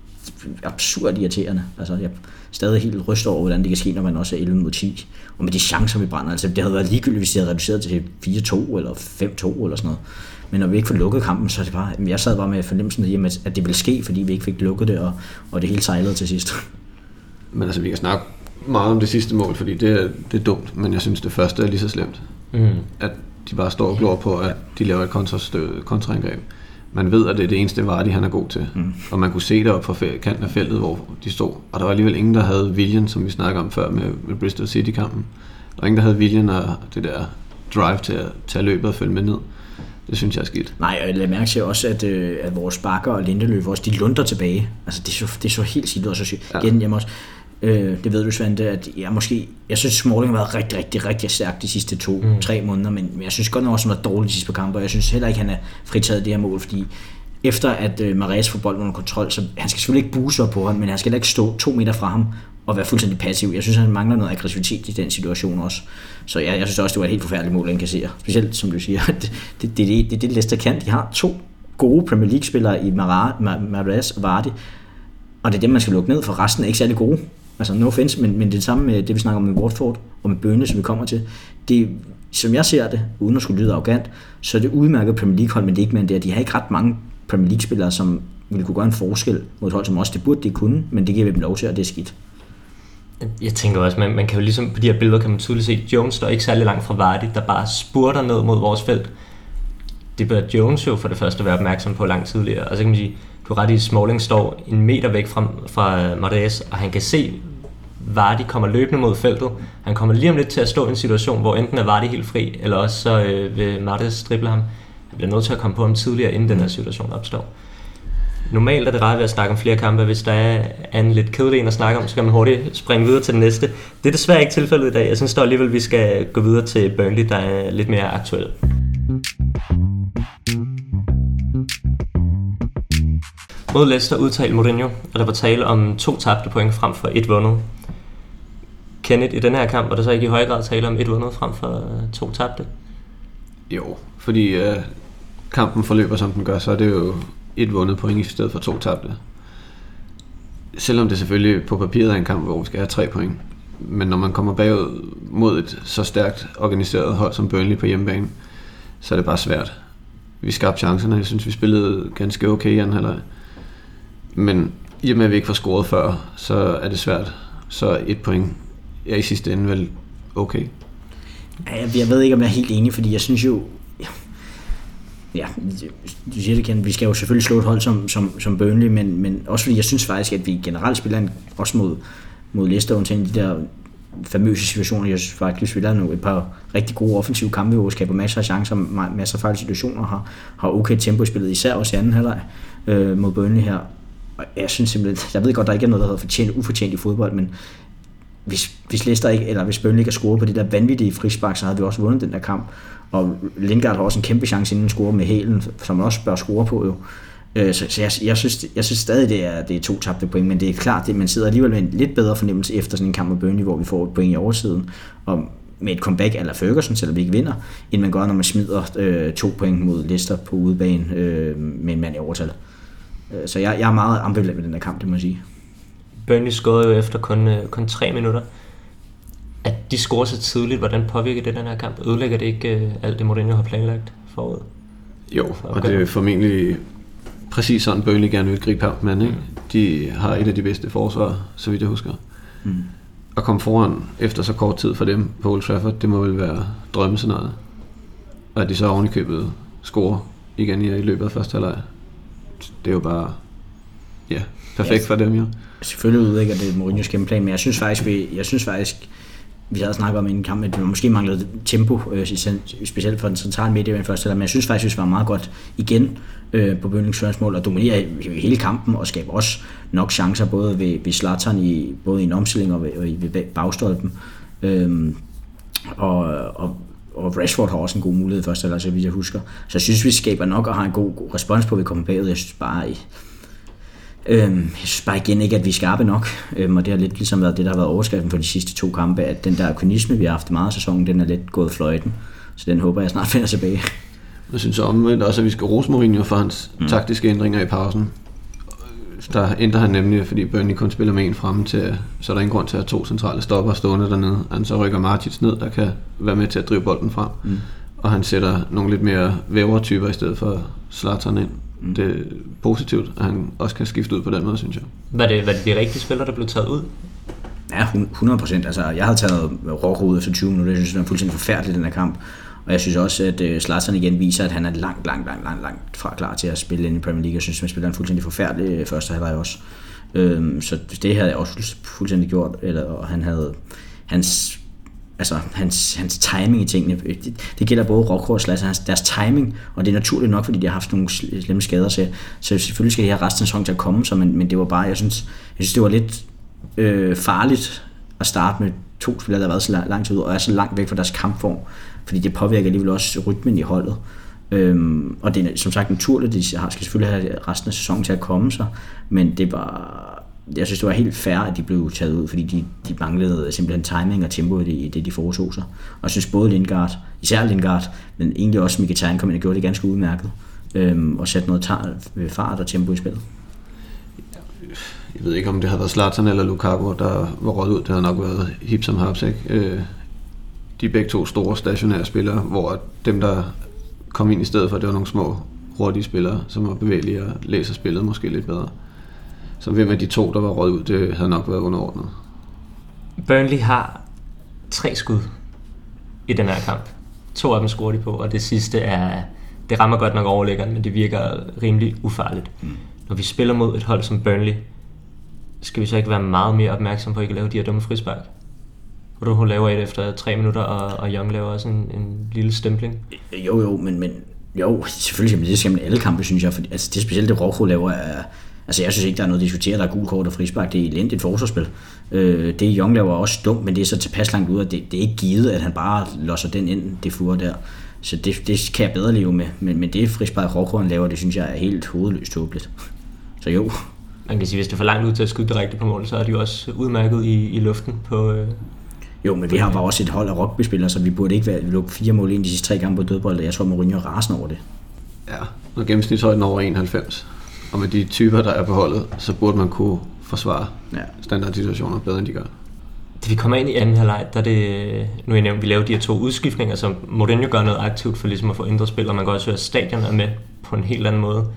[SPEAKER 3] absurd irriterende. Altså, jeg er stadig helt rystet over, hvordan det kan ske, når man også er elleve mod ti. Og med de chancer, vi brænder. Altså, det havde været ligegyldigt, hvis det havde reduceret til fire to eller fem to eller sådan noget. Men når vi ikke får lukket kampen, så er det bare... Jeg sad bare med fornemmelsen hjemme, at det ville ske, fordi vi ikke fik lukket det, og, og det hele sejlede til sidst. Men
[SPEAKER 4] altså, vi kan snakke meget om det sidste mål, fordi det er, det er dumt, men jeg synes, det første er lige så slemt. Mm. At de bare står og glor på, at de laver et kontrastø- kontraangreb. Man ved, at det er det eneste Vardy, han er god til. Mm. Og man kunne se det op på kanten af feltet, hvor de stod. Og der var alligevel ingen, der havde viljen, som vi snakker om før med, med Bristol City-kampen. Der var ingen, der havde viljen og det der drive til at tage løbet og følge med ned. Det synes jeg er skidt.
[SPEAKER 3] Nej, og jeg lader mærke til også, at, øh, at vores bakker og Lindeløf også, de lunder tilbage. Altså, det så, det så helt skidt ud. Og så sygt. Ja. Igen, jeg også, øh, det ved du, Svante, at jeg måske... Jeg synes, Smalling har været rigtig, rigtig, rigtig stærk de sidste to, mm. tre måneder, men, men jeg synes godt nok også, at han har været dårlig de sidste par kampe, og jeg synes heller ikke, at han er fritaget det her mål, fordi efter at øh, Mahrez får bolden under kontrol, så han skal selvfølgelig ikke buse op på ham, men han skal ikke stå to meter fra ham og være fuldstændig passiv. Jeg synes, han mangler noget aggressivitet i den situation også. Så jeg, jeg synes også, det var et helt forfærdeligt mål, han kan se. Specielt, som du siger, det er det, det, det, det, det Leicester kan. De har to gode Premier League-spillere i Mahrez og Vardy, og det er dem, man skal lukke ned, for resten er ikke særlig gode. Altså, no offense, men, men det er det samme med det, vi snakker om med Watford og med Burnley, som vi kommer til. Det, som jeg ser det, uden at skulle lyde arrogant, så er det udmærket Premier League-hold, men det er ikke mere end det. De har ikke ret mange Premier League-spillere, som ville kunne gøre en forskel mod et hold, som også det burde de kunne, men det giver vi dem lov til, og det er skidt.
[SPEAKER 2] Jeg tænker også, man, man kan jo ligesom på de her billeder, kan man tydeligt se, Jones står ikke særlig langt fra Vardy, der bare spurter ned mod vores felt. Det bør Jones jo for det første være opmærksom på langt tidligere, og så kan man sige, du ret i, Smalling står en meter væk fra, fra Mahrez, og han kan se, Vardy kommer løbende mod feltet. Han kommer lige om lidt til at stå i en situation, hvor enten er Vardy helt fri, eller også så øh, vil Mahrez drible ham. Han bliver nødt til at komme på ham tidligere, inden den her situation opstår. Normalt er det rart ved at snakke om flere kampe. Hvis der er en lidt kedelig en at snakke om, så kan man hurtigt springe videre til den næste. Det er desværre ikke tilfældet i dag. Jeg synes dog alligevel, vi skal gå videre til Burnley, der er lidt mere aktuel. Mod Leicester udtalte Mourinho, og der var tale om to tabte point frem for et vundet. Kenneth, i den her kamp var der så ikke i høj grad tale om et vundet frem for to tabte?
[SPEAKER 4] Jo, fordi øh, kampen forløber som den gør, så er det jo et vundet point i stedet for to tabte. Selvom det selvfølgelig på papiret er en kamp, hvor vi skal have tre point. Men når man kommer bagud mod et så stærkt organiseret hold som Burnley på hjemmebane, så er det bare svært. Vi skabte chancerne, jeg synes vi spillede ganske okay i anden halvleg. Men i og med at vi ikke får scoret før, så er det svært. Så et point er i sidste ende vel okay.
[SPEAKER 3] Jeg ved ikke, om jeg er helt enig, fordi jeg synes jo... Ja, du siger det, Ken. Vi skal jo selvfølgelig slå et hold som, som, som Burnley, men, men også fordi jeg synes faktisk, at vi generelt spiller en, også mod, mod Leicester, undtagen de der famøse situationer. Jeg synes faktisk, vi spiller nu et par rigtig gode offensive kampe, hvor vi skaber masser af chancer, masser af fejl situationer, har, har okay tempo i spillet, især også i anden halvleg øh, mod Burnley her. Og jeg synes simpelthen, jeg ved godt, der ikke er noget, der hedder fortjent, ufortjent i fodbold, men hvis, hvis Leicester ikke, eller hvis Burnley ikke har scoret på det der vanvittige frispark, så havde vi også vundet den der kamp. Og Lingard har også en kæmpe chance inden score med hælen, som man også bør score på jo. Så, så jeg, jeg, synes, jeg synes stadig, det er, det er to tabte point, men det er klart, at man sidder alligevel med en lidt bedre fornemmelse efter sådan en kamp med Burnley, hvor vi får et point i oversiden, og med et comeback eller Ferguson, selvom vi ikke vinder, end man gør, når man smider øh, to point mod Leicester på udebane øh, med en mand i overtal. Så jeg, jeg er meget ambivalent med den der kamp, det må jeg sige.
[SPEAKER 2] Burnley scorede jo efter kun, øh, kun tre minutter. At de scorer så tidligt, hvordan påvirker det den her kamp? Ødelægger det ikke øh, alt det, Mourinho har planlagt forud?
[SPEAKER 4] Jo, og det er formentlig præcis sådan, Burnley gerne vil gribe kampen, ikke? De har et af de bedste forsvar, så vidt jeg husker. Mm. At komme foran efter så kort tid for dem på Old Trafford, det må vel være drømmescenariet. Og at de så oven i købet scorer igen i løbet af første halvleg. Det er jo bare, ja, perfekt for dem jo.
[SPEAKER 3] Selvfølgelig udlægger det Mourinhos gameplan, men jeg synes faktisk, vi, jeg synes faktisk, vi havde snakket om i en kamp, at vi måske manglede tempo, øh, specielt for den centrale midt i den første halvleg, men jeg synes faktisk, vi var meget godt igen øh, på Burnleys førstemål og dominerer hele kampen og skaber også nok chancer både ved, ved Zlatan i både i en omstilling og ved, og ved bagstolpen. Øhm, og, og og Rashford har også en god mulighed første halvleg, så vidt jeg husker. Så jeg synes, vi skaber nok og har en god, god respons på, at vi kommer bagud. Jeg synes bare, øhm, jeg synes bare igen ikke, at vi er skarpe nok. Øhm, og det har lidt ligesom været det, der har været overskriften for de sidste to kampe, at den der kynisme, vi har haft meget af sæsonen, den er lidt gået fløjten. Så den håber jeg snart finder tilbage.
[SPEAKER 4] Jeg synes omvendt også, at vi skal rose Mourinho for hans mm. taktiske ændringer i pausen. Der ændrer han nemlig, fordi Burnley kun spiller med en fremme til, så er der ingen grund til at have to centrale stopper stående dernede. Han så rykker Martins ned, der kan være med til at drive bolden frem. Mm. Og han sætter nogle lidt mere vævre-typer i stedet for Zlatan ind. Mm. Det er positivt, at han også kan skifte ud på den måde, synes jeg.
[SPEAKER 2] Var det, var det de rigtige spillere, der blev taget ud?
[SPEAKER 3] Ja, hundrede procent. Altså, jeg havde taget Rocker ud efter tyve minutter. Jeg synes, det var fuldstændig forfærdeligt, den her kamp. Og jeg synes også, at Zlatan igen viser, at han er langt, langt, langt, langt, langt fra klar til at spille ind i Premier League. Jeg synes, at han spiller en fuldstændig forfærdelig første halvleg også. Øhm, så det havde jeg også fuldstændig gjort. Eller, og han havde hans, altså, hans, hans timing i tingene. Det, det gælder både Rocker og Zlatan, deres timing. Og det er naturligt nok, fordi de har haft nogle slemme skader. Så, så selvfølgelig skal de have resten af sæsonen til at komme. Så, men, men det var bare, jeg synes, jeg synes det var lidt øh, farligt at starte med to spillere, der har været så lang tid ud, og er så langt væk fra deres kampform, fordi det påvirker alligevel også rytmen i holdet. Øhm, og det er som sagt naturligt, de skal selvfølgelig have resten af sæsonen til at komme sig, men det var, jeg synes det var helt fair, at de blev taget ud, fordi de, de manglede simpelthen timing og tempo i det, de foretog sig. Og jeg synes både Lingard, især Lingard, men egentlig også Mkhitaryan kom ind og gjorde det ganske udmærket, øhm, og satte noget tar- fart og tempo i spillet.
[SPEAKER 4] Jeg ved ikke, om det havde været Zlatan eller Lukaku, der var råd ud. Det havde nok været hip som haps, ikke? Øh, de er begge to store stationære spillere, hvor dem, der kom ind i stedet for, det var nogle små, hurtige spillere, som var bevægelige og læser spillet måske lidt bedre. Så hvem af de to, der var råd ud, det havde nok været underordnet.
[SPEAKER 2] Burnley har tre skud i den her kamp. To af dem scorer de på, og det sidste er, det rammer godt nok overlæggeren, men det virker rimelig ufarligt. Mm. Når vi spiller mod et hold som Burnley, skal vi så ikke være meget mere opmærksom på at ikke lave de her dumme frispark? Hvor du laver et efter tre minutter, og, og Young laver også en, en lille stempling. Jo, jo, men, men jo, selvfølgelig skal man det skal man alle kampe, synes jeg. For, altså, det specielt det Rojo laver er, altså jeg synes ikke, der er noget at diskutere, der er gul kort og frispark, det er elendigt forsvarsspil. Øh, det Young laver er også dumt, men det er så tilpas langt ud, at det, det er ikke givet, at han bare losser den ind, det fuger der. Så det, det kan jeg bedre leve med, men, men det frispark Rojo han laver, det synes jeg er helt hovedløst tåbeligt. Så jo. Man kan sige, hvis det er for langt ud til at skyde direkte på mål, så er de jo også udmærket i, i luften på... Øh
[SPEAKER 3] Jo, men vi har bare også et hold af rugbyspillere, så vi burde ikke være lukke fire mål ind de sidste tre gange på dødbold. Jeg tror, Mourinho er rasende over det.
[SPEAKER 4] Ja, og gennemsnitshøjden over enoghalvfems. Og med de typer, der er på holdet, så burde man kunne forsvare ja. standardsituationer bedre, end de gør.
[SPEAKER 2] Da vi kommer ind i anden halvleg, der er det, nu jeg nævnt, vi laver de her to udskiftninger, så Mourinho gør noget aktivt for ligesom at få ændret spil, og man kan også høre, at stadion er med på en helt anden måde.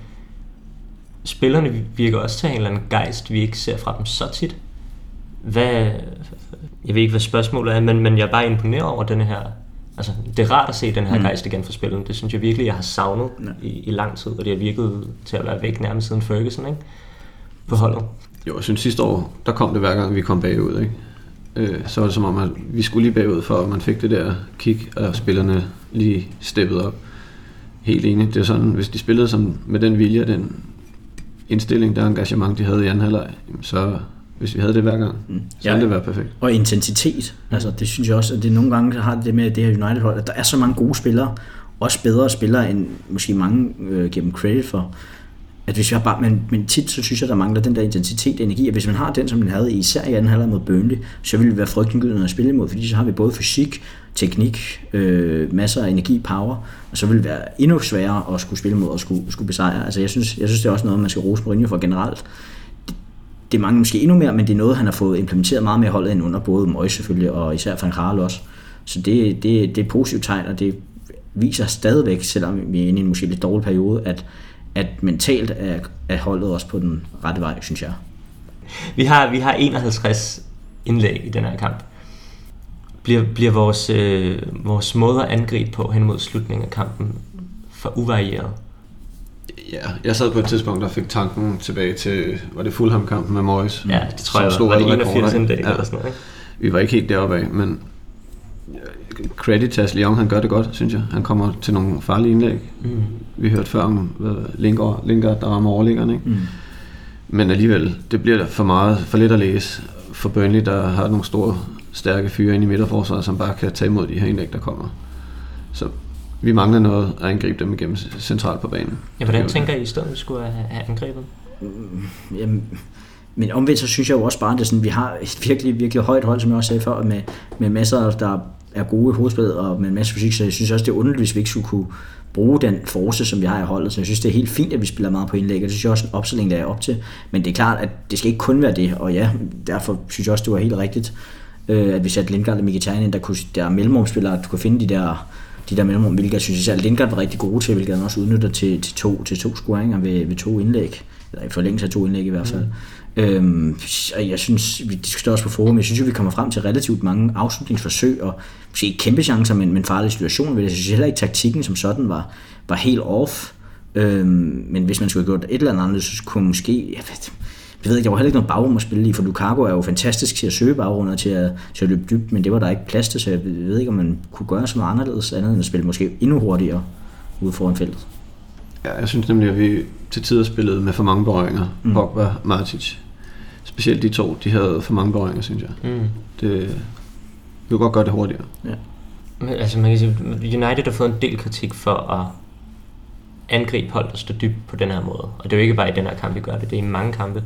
[SPEAKER 2] Spillerne virker også til en eller anden gejst, vi ikke ser fra dem så tit. Hvad, jeg ved ikke, hvad spørgsmålet er, men, men jeg er bare imponeret over denne her. Altså, det er rart at se den her mm. gejst igen for spillerne. Det synes jeg virkelig, jeg har savnet ja. i, i lang tid, og det har virket til at være væk nærmest siden Ferguson, ikke? På holdet.
[SPEAKER 4] Jo, jeg synes sidste år, der kom det hver gang, vi kom bagud, ikke? Øh, så var det som om, at vi skulle lige bagud, for at man fik det der kick, og spillerne lige steppede op. Helt enig. Det er sådan, hvis de spillede som med den vilje, den indstilling, der engagement, de havde i anden halvleg, så hvis vi havde det hver gang, mm. så ville ja. det være perfekt.
[SPEAKER 3] Og intensitet, altså det synes jeg også, at det nogle gange har det med det her United-hold, at der er så mange gode spillere, også bedre spillere, end måske mange øh, giver dem credit for, at hvis vi har bare, men, men tit så synes jeg, der mangler den der intensitet og energi, og hvis man har den, som man havde især i anden halvleg mod Burnley, så ville det være frygtindgydende at spille imod, fordi så har vi både fysik, teknik, øh, masser af energi, power, og så vil det være endnu sværere at skulle spille imod og skulle, skulle besejre. Altså jeg synes, jeg synes, det er også noget, man skal rose Mourinho for generelt. Det, det mangler måske endnu mere, men det er noget, han har fået implementeret meget mere holdet end under både Moyes selvfølgelig, og især Van Gaal også. Så det, det, det er et positivt tegn, og det viser stadigvæk, selvom vi er inde i en måske lidt dårlig periode, at at mentalt er, er holdet også på den rette vej, synes jeg.
[SPEAKER 2] Vi har, vi har enoghalvtreds indlæg i den her kamp. Bliver, bliver vores, øh, vores måde at angribe på hen mod slutningen af kampen for uvarieret?
[SPEAKER 4] Ja, jeg sad på et tidspunkt, der fik tanken tilbage til, var det Fulham-kampen med Moyes?
[SPEAKER 2] Ja, det tror jeg, var det enogfirs indlæg ja. eller sådan noget, ikke?
[SPEAKER 4] Vi var ikke helt deroppe af, men credit til Ashley Young, han gør det godt, synes jeg. Han kommer til nogle farlige indlæg. Mm. Vi hørte før om Lingard, Lingard der rammer overliggerne, ikke? Mm. Men alligevel, det bliver for meget, for lidt at læse for Burnley, der har nogle store, stærke fyre inde i midterforsvaret, som bare kan tage imod de her indlæg, der kommer. Så vi mangler noget at angribe dem igennem centralt på banen.
[SPEAKER 2] Ja, hvordan tænker I i stedet, vi skulle have angrebet?
[SPEAKER 3] Mm, jamen, men omvendt så synes jeg jo også bare, at det sådan, vi har et virkelig, virkelig højt hold, som jeg også sagde før, med, med masser, der er gode i hovedspillet og med en masse fysik, så jeg synes også, det er underligt, hvis vi ikke skulle kunne bruge den force, som vi har i holdet. Så jeg synes, det er helt fint, at vi spiller meget på indlæg, og det synes jeg også en opstilling, der er op til. Men det er klart, at det skal ikke kun være det, og ja, derfor synes jeg også, det var helt rigtigt, at vi satte Lingard og Mkhitaryan ind, der, kunne, der er mellemrumspillere, at du kan finde de der, de der mellemrum, hvilket jeg synes, at Lingard var rigtig gode til, hvilket han også udnytter til, til, to, til to scoringer ved, ved to indlæg, eller i forlængelse af to indlæg i hvert fald. Mm. Øhm, jeg synes, vi diskuterer også på forum, jeg synes jo, vi kommer frem til relativt mange afslutningsforsøg, og måske ikke kæmpe chancer, men, men farlige situationer. Jeg synes heller ikke, taktikken som sådan var, var helt off. Øhm, men hvis man skulle have gjort et eller andet, så kunne måske, jeg ved, jeg ved ikke, der var heller ikke noget bagrum at spille i, for Lukaku er jo fantastisk til at søge bagrunder, til at, til at løbe dybt, men det var der ikke plads til, så jeg ved ikke, om man kunne gøre så meget anderledes, andet end at spille måske endnu hurtigere ude foran feltet.
[SPEAKER 4] Ja, jeg synes nemlig, at vi til tider spillede med for mange berøringer. Mm. Pogba, Matic. Specielt de to, de havde for mange berøringer, synes jeg. Mm. Det, vi kunne godt gøre det hurtigere.
[SPEAKER 2] Ja. Men, altså man kan sige, United har fået en del kritik for at angribe hold, der står dybt på den her måde. Og det er jo ikke bare i den her kamp, vi gør det. Det er i mange kampe.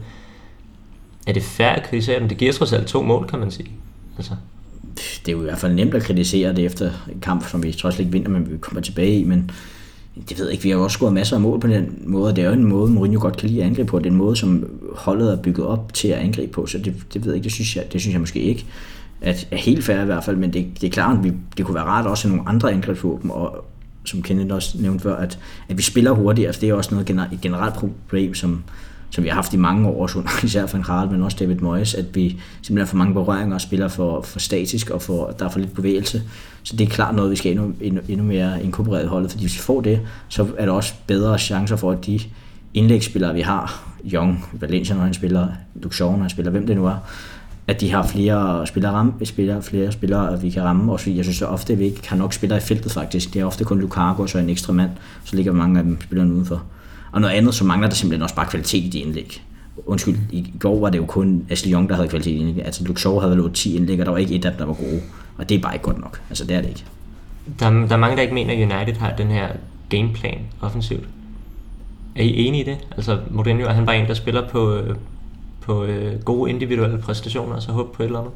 [SPEAKER 2] Er det fair at kritisere dem? Det giver trods alt to mål, kan man sige. Altså.
[SPEAKER 3] Det er jo i hvert fald nemt at kritisere det efter en kamp, som vi trods ikke vinder, men vi kommer tilbage i, men det ved jeg ikke, vi har jo også scoret masser af mål på den måde, det er jo en måde, Mourinho godt kan lide at angribe på, det er en måde, som holdet er bygget op til at angribe på, så det, det ved jeg ikke, det synes jeg, det synes jeg måske ikke, at er helt fair i hvert fald, men det, det er klart, at vi, det kunne være rart også nogle andre angrebsvåben, og som Kenneth også nævnte før, at, at vi spiller hurtigt, altså det er også noget et generelt problem, som, som vi har haft i mange år, så især Van Gaal, men også David Moyes, at vi simpelthen har for mange berøringer og spiller for, for statisk, og for, der er for lidt bevægelse. Så det er klart noget, vi skal endnu, endnu, endnu mere inkorporere i holdet, fordi hvis vi får det, så er der også bedre chancer for, at de indlægsspillere, vi har, Young, Valencia, når han spiller, Luke Shaw, når han spiller, hvem det nu er, at de har flere spillere, ramme, spillere, flere spillere, at vi kan ramme, også fordi jeg synes, at ofte at vi ikke har nok spillere i feltet faktisk. Det er ofte kun Lukaku og så en ekstra mand, så ligger mange af dem spillerne udenfor. Og noget andet, så mangler der simpelthen også bare kvalitet i de indlæg. Undskyld, i går var det jo kun Ashley Young, der havde kvalitet i indlæg. Altså Luke Shaw havde vel ti indlæg, og der var ikke et af dem, der var gode. Og det er bare ikke godt nok. Altså det er det ikke.
[SPEAKER 2] Der, der er mange, der ikke mener, at United har den her gameplan offensivt. Er I enige i det? Altså Mourinho, er han bare en, der spiller på, på øh, gode individuelle præstationer, og så håber på et eller andet?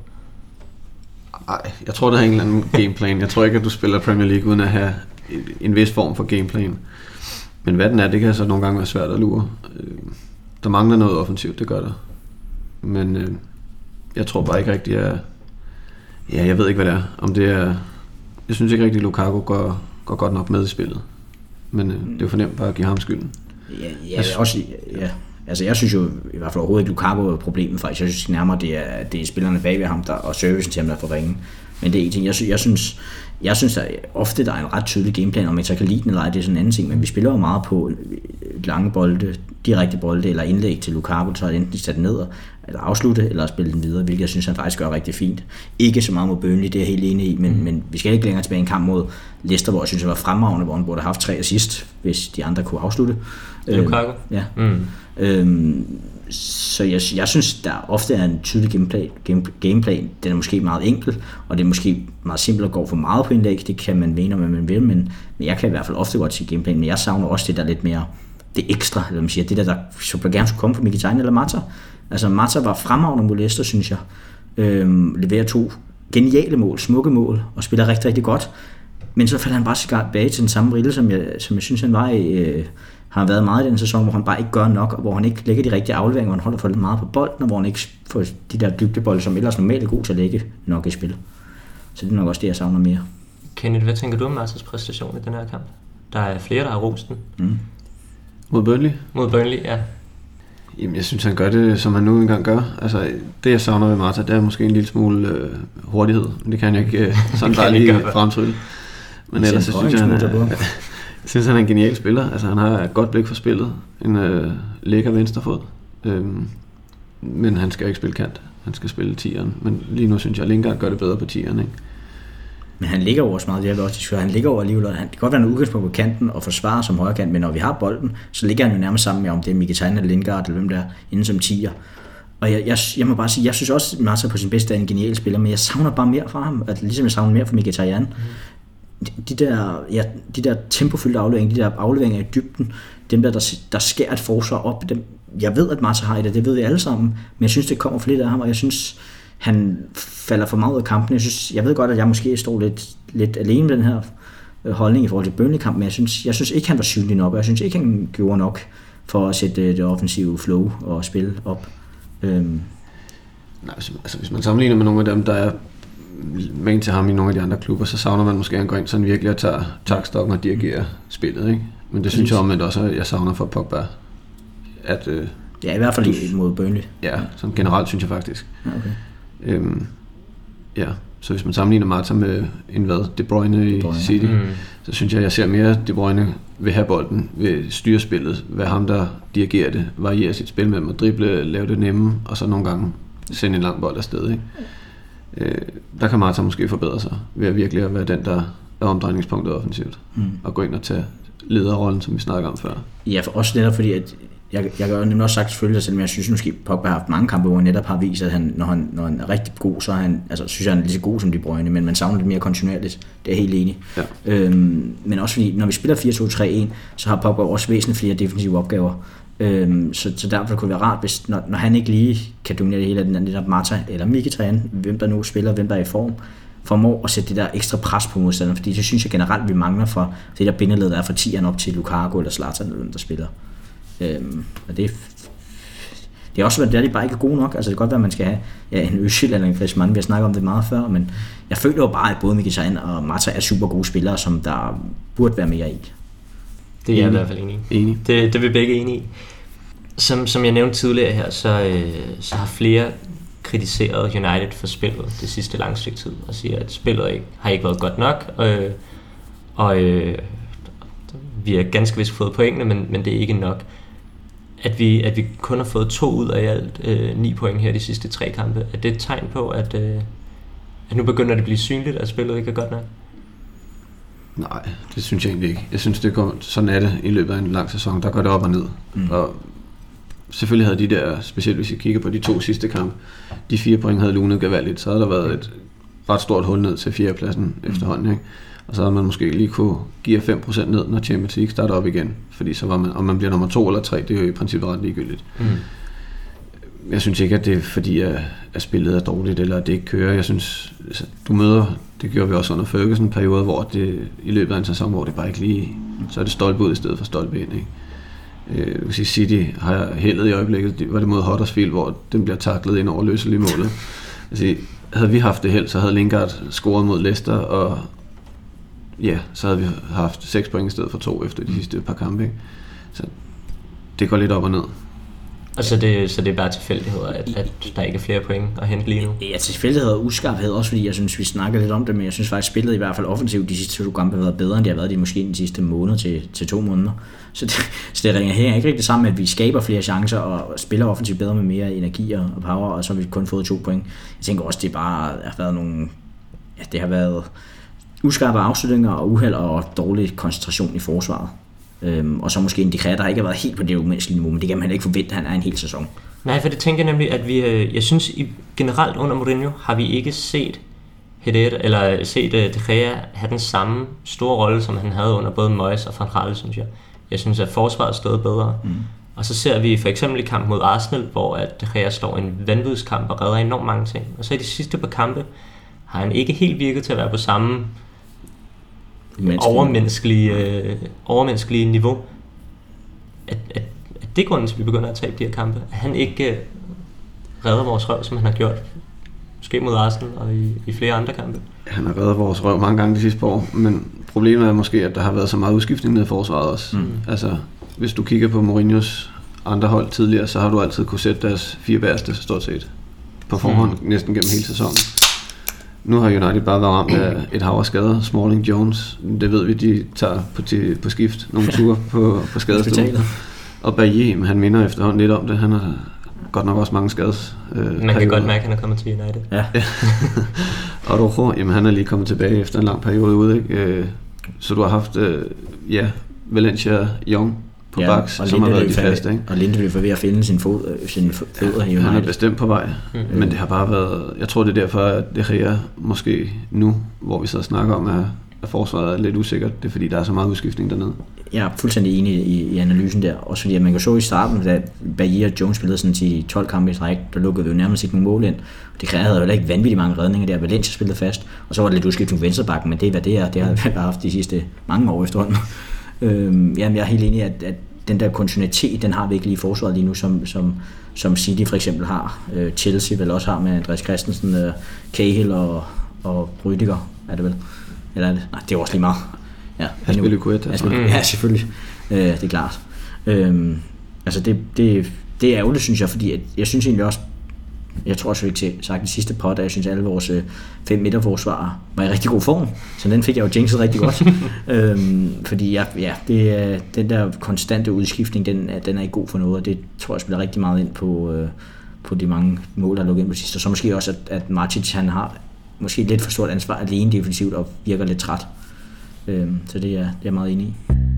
[SPEAKER 4] Nej, jeg tror, der er en eller anden gameplan. Jeg tror ikke, at du spiller Premier League uden at have en, en vis form for gameplan. Men hvad den er, det kan så nogle gange være svært at lure. Der mangler noget offensivt, det gør der. Men øh, jeg tror bare ikke rigtig, at... Ja, jeg ved ikke, hvad det er. Om det er... Jeg synes ikke rigtig, at Lukaku går, går godt nok med i spillet. Men øh, det er jo fornemt bare at give ham skylden.
[SPEAKER 3] Ja, ja, altså, også, ja. Altså jeg synes jo i hvert fald overhovedet ikke, Lukaku er problemet faktisk. Jeg synes nærmere, det er, det er spillerne bag ved ham, der, og servicen til ham, der er for ringe. Men det er en ting. Jeg, jeg synes, jeg synes at ofte der er en ret tydelig gameplan, om man så kan lide den eller ej, det er sådan en anden ting. Men vi spiller jo meget på lange bolde, direkte bolde eller indlæg til Lukaku, så enten sætte den ned eller afslutte, eller spille den videre, hvilket jeg synes, han faktisk gør rigtig fint. Ikke så meget mod Burnley, det er jeg helt enig i, men, mm. men vi skal ikke længere tilbage i en kamp mod Leicester, hvor jeg synes, det var fremragende, hvor han burde have haft tre assist, hvis de andre kunne afslutte.
[SPEAKER 2] Lukaku?
[SPEAKER 3] Øh, ja. Mm. Øhm, så jeg, jeg synes, der ofte er en tydelig gameplan. Game, gameplan. Den er måske meget enkel, og det er måske meget simpelt at gå for meget på indlæg. Det kan man mene, om man vil, men, men jeg kan i hvert fald ofte godt sige gameplan. Men jeg savner også det der lidt mere, det ekstra, eller man siger, det der, der så gerne skulle komme fra Mkhitaryan eller Mata. Altså Mata var fremragende mod Leicester, synes jeg. Øhm, leverer to geniale mål, smukke mål, og spiller rigtig, rigtig godt. Men så falder han bare tilbage til den samme rille, som jeg, som jeg synes, han var i, øh, har været meget i den sæson, hvor han bare ikke gør nok, og hvor han ikke lægger de rigtige afleveringer, hvor han holder for lidt meget på bolden, og hvor han ikke får de der dybdebolde, som ellers normalt er god til at lægge nok i spil. Så det er nok også det, jeg savner mere.
[SPEAKER 2] Kenneth, hvad tænker du om Matas præstation i den her kamp? Der er flere, der har rost den.
[SPEAKER 4] Mm. Mod Burnley?
[SPEAKER 2] Mod Burnley, ja.
[SPEAKER 4] Jamen, jeg synes, han gør det, som han nu engang gør. Altså, det jeg savner ved Mata, det er måske en lille smule øh, hurtighed. Men det kan jeg ikke øh, sådan bare lige fremtrylle. Men ellers så synes jeg, han er, jeg synes, han er en genial spiller. Altså, han har et godt blik for spillet. En øh, lækker venstrefod. Øhm, men han skal ikke spille kant. Han skal spille tieren. Men lige nu synes jeg, at Lingard gør det bedre på tieren, ikke?
[SPEAKER 3] Men han ligger over så meget, det er også, han ligger over alligevel. Han, det kan godt være en udgangspunkt på kanten og forsvare som højre kant, men når vi har bolden, så ligger han jo nærmest sammen med, om det er Mkhitaryan eller Lingard, eller hvem der er, inden som tier. Og jeg, jeg, jeg må bare sige, jeg synes også, at Marta på sin bedste er en genial spiller, men jeg savner bare mere fra ham, at ligesom jeg savner mere fra Mkhitaryan. Mm. De, de, der, ja, de der tempofyldte afleveringer, de der afleveringer i dybden, dem der, der, der skærer et forsvar op, dem, jeg ved, at Marta har i det, det ved vi alle sammen, men jeg synes, det kommer for lidt af ham, og jeg synes, han falder for meget ud af kampen. Jeg synes, jeg ved godt, at jeg måske står lidt, lidt alene med den her holdning i forhold til Burnley-kampen, men jeg synes, jeg synes ikke, han var synlig nok, og jeg synes ikke, han gjorde nok for at sætte det offensive flow og spil op. Øhm.
[SPEAKER 4] Nej, altså, hvis man sammenligner med nogle af dem, der er med til ham i nogle af de andre klubber, så savner man måske, at han går ind sådan virkelig og tager taktstokken og dirigerer spillet, ikke? Men det synes jeg omvendt også, at jeg savner for Pogba. At, øh,
[SPEAKER 3] ja, i hvert fald mod Burnley.
[SPEAKER 4] Ja, sådan generelt synes jeg faktisk.
[SPEAKER 3] Ja, okay.
[SPEAKER 4] Øhm, ja, så hvis man sammenligner Marta med en hvad, De Bruyne i De Bruyne. City, mm. så synes jeg, at jeg ser mere De Bruyne ved have bolden, ved styre spillet, ved ham, der dirigerer det, varierer sit spil med at drible, lave det nemme, og så nogle gange sende en lang bold afsted, ikke? Øh, der kan Marta måske forbedre sig, ved at virkelig at være den, der er omdrejningspunktet offensivt, mm. og gå ind og tage lederrollen, som vi snakker om før.
[SPEAKER 3] Ja, for også netop fordi, at jeg, jeg har nemlig også sagt selvfølgelig, selvom jeg synes måske, Pogba har haft mange kampe, hvor han netop har vist, at han, når, han, når han er rigtig god, så er han, altså, synes jeg, han er lige så god som De Bruyne, men man savner lidt mere kontinuerligt. Det er helt enig. Ja. Øhm, men også fordi, når vi spiller fire to tre en, så har Pogba også væsentligt flere defensive opgaver. Øhm, så, så derfor kunne det være rart, hvis, når, når han ikke lige kan dominere det hele af den netop Marta eller Mkhitaryan, hvem der nu spiller, hvem der er i form, formår at sætte det der ekstra pres på modstanderen, fordi det synes jeg generelt, vi mangler for det der bindeled, der er fra tieren op til Lukaku eller Zlatan, eller hvem der spiller. Øhm, og det, det er også været, det er de bare ikke gode nok. Altså det kan godt være, at man skal have ja, en Özil eller en Griezmann. Vi har snakket om det meget før, men jeg føler jo bare, at både Mkhitaryan og Marta er super gode spillere, som der burde være mere i.
[SPEAKER 2] Det er jeg i hvert fald enig i.
[SPEAKER 4] Enig.
[SPEAKER 2] Det, det er vi begge enige i. Som, som jeg nævnte tidligere her, så, øh, så har flere kritiseret United for spillet det sidste lange stykke tid, og siger, at spillet ikke, har ikke været godt nok, øh, og øh, vi har ganske vist fået pointene, men, men det er ikke nok. At vi, at vi kun har fået to ud af alt øh, ni point her de sidste tre kampe, er det et tegn på, at, øh, at nu begynder det at blive synligt, at spillet ikke er godt nok?
[SPEAKER 4] Nej, det synes jeg egentlig ikke. Jeg synes, det går, sådan er det i løbet af en lang sæson. Der går det op og ned. Mm. Og selvfølgelig havde de der, specielt hvis I kigger på de to sidste kampe, de fire point havde lunet gevaldigt, så havde der været et ret stort hul ned til fjerdepladsen mm. efterhånden, ikke? Og så havde man måske lige kunne give fem procent ned, når Champions League starter op igen. Fordi så var man, om man bliver nummer to eller tre, det er jo i princippet ret ligegyldigt. Mm. Jeg synes ikke, at det er fordi, at, at spillet er dårligt, eller at det ikke kører. Jeg synes, du møder, det gjorde vi også under Ferguson, en periode, hvor det i løbet af en sæson, hvor det bare ikke lige, så er det stolpe ud i stedet for stolpe ind, ikke? Øh, du kan sige, City har heldet i øjeblikket, var det mod Huddersfield, hvor den bliver taklet ind over løselig målet. Altså, havde vi haft det held, så havde Lingard scoret mod Leicester, og ja, så havde vi haft seks point i stedet for to efter de sidste par kampe, ikke? Så det går lidt op og ned.
[SPEAKER 2] Og så det, så det er bare tilfældigheder, at, at der ikke er flere point at hente lige nu?
[SPEAKER 3] Ja, tilfældigheder og uskarphed, også fordi jeg synes, vi snakker lidt om det, men jeg synes faktisk, spillet i hvert fald offensivt de sidste to kampe har været bedre, end de har været de måske den sidste måned til, til to måneder. Så det, så det ringer her ikke rigtig sammen med, at vi skaber flere chancer og spiller offensivt bedre med mere energi og power, og så har vi kun fået to point. Jeg tænker også, det bare har været nogle... Ja, det har været uskarpe afslutninger og uheld og dårlig koncentration i forsvaret. Øhm, og så måske en De Gea, der ikke har været helt på det umenneskelige niveau, men det kan man heller ikke forvente, at han er en hel sæson.
[SPEAKER 2] Nej, for det tænker jeg nemlig, at vi, jeg synes i, generelt under Mourinho har vi ikke set Herrera, eller set De Gea have den samme store rolle, som han havde under både Moyes og Van Gaal, synes jeg. Jeg synes, at forsvaret stod bedre. Mm. Og så ser vi for eksempel i kamp mod Arsenal, hvor at De Gea slår en vanvidskamp og redder enormt mange ting. Og så i de sidste par kampe har han ikke helt virket til at være på samme overmenneskelige, øh, overmenneskelige niveau. At, at, at det er grunden til, at vi begynder at tabe de her kampe. At han ikke øh, redder vores røv, som han har gjort. Måske mod Arsenal og i, i flere andre kampe.
[SPEAKER 4] Han har reddet vores røv mange gange de sidste par år, men problemet er måske, at der har været så meget udskiftning nede i forsvaret også. Mm. Altså, hvis du kigger på Mourinhos andre hold tidligere, så har du altid kunne sætte deres fire værste stort set på forhånd mm. næsten gennem hele sæsonen. Nu har United bare været ramt af et hav af skader. Smalling, Jones, det ved vi, de tager på, til, på skift nogle ture på, på skadestuen. Og Bailly, han minder efterhånden lidt om det. Han har godt nok også mange skades. Øh,
[SPEAKER 2] Man kan perioder. Godt mærke, at han er kommet til United.
[SPEAKER 3] Ja.
[SPEAKER 4] Og Rojo, jamen han er lige kommet tilbage efter en lang periode ude, ikke? Øh, så du har haft, øh, ja, Valencia, Young på
[SPEAKER 3] ja,
[SPEAKER 4] baks, som Linde har været de faste, ikke?
[SPEAKER 3] Og Linde vil ved at finde sin fod, sin fødder ja, i United.
[SPEAKER 4] Han er bestemt på vej, mm. men det har bare været, jeg tror det er derfor, at det her måske nu, hvor vi så snakker om, at, at forsvaret er lidt usikkert, det er fordi, der er så meget udskiftning dernede.
[SPEAKER 3] Jeg er fuldstændig enig i, i analysen der, også fordi at man kan så i starten, da Bailly og Jones spillede sådan til tolv kampe i træk, der lukkede vi jo nærmest ikke nogen mål ind. Det krævede jo ikke vanvittigt mange redninger der. Valencia spillede fast, og så var det lidt udskiftning på venstrebakken, men det er hvad det er, det har vi haft de sidste mange år efterhånden. øhm, jamen, jeg er helt enig i, at, at den der kontinuitet, den har vi ikke lige i forsvaret lige nu, som, som, som City for eksempel har. Øh, Chelsea vel også har med Andreas Christensen, øh, Cahill og, og Rüdiger, er det vel? Eller er det? Nej, det er også lige meget. Ja,
[SPEAKER 4] Aspilicueta.
[SPEAKER 3] Ja, selvfølgelig. Øh, det er klart. Øhm, altså det, det, det er ærgerligt, synes jeg, fordi at jeg synes egentlig også, jeg tror også, vi har sagt de sidste pot, at jeg synes, at alle vores øh, fem midterforsvarere var i rigtig god form. Så den fik jeg jo jinxet rigtig godt. øhm, fordi ja, ja, det, den der konstante udskiftning, den, den er ikke god for noget, og det tror jeg spiller rigtig meget ind på, øh, på de mange mål, der er lukket ind på sidste. Og så måske også, at, at Matic, han har måske lidt for stort ansvar alene defensivt og virker lidt træt. Øhm, så det er, det er jeg meget enig i.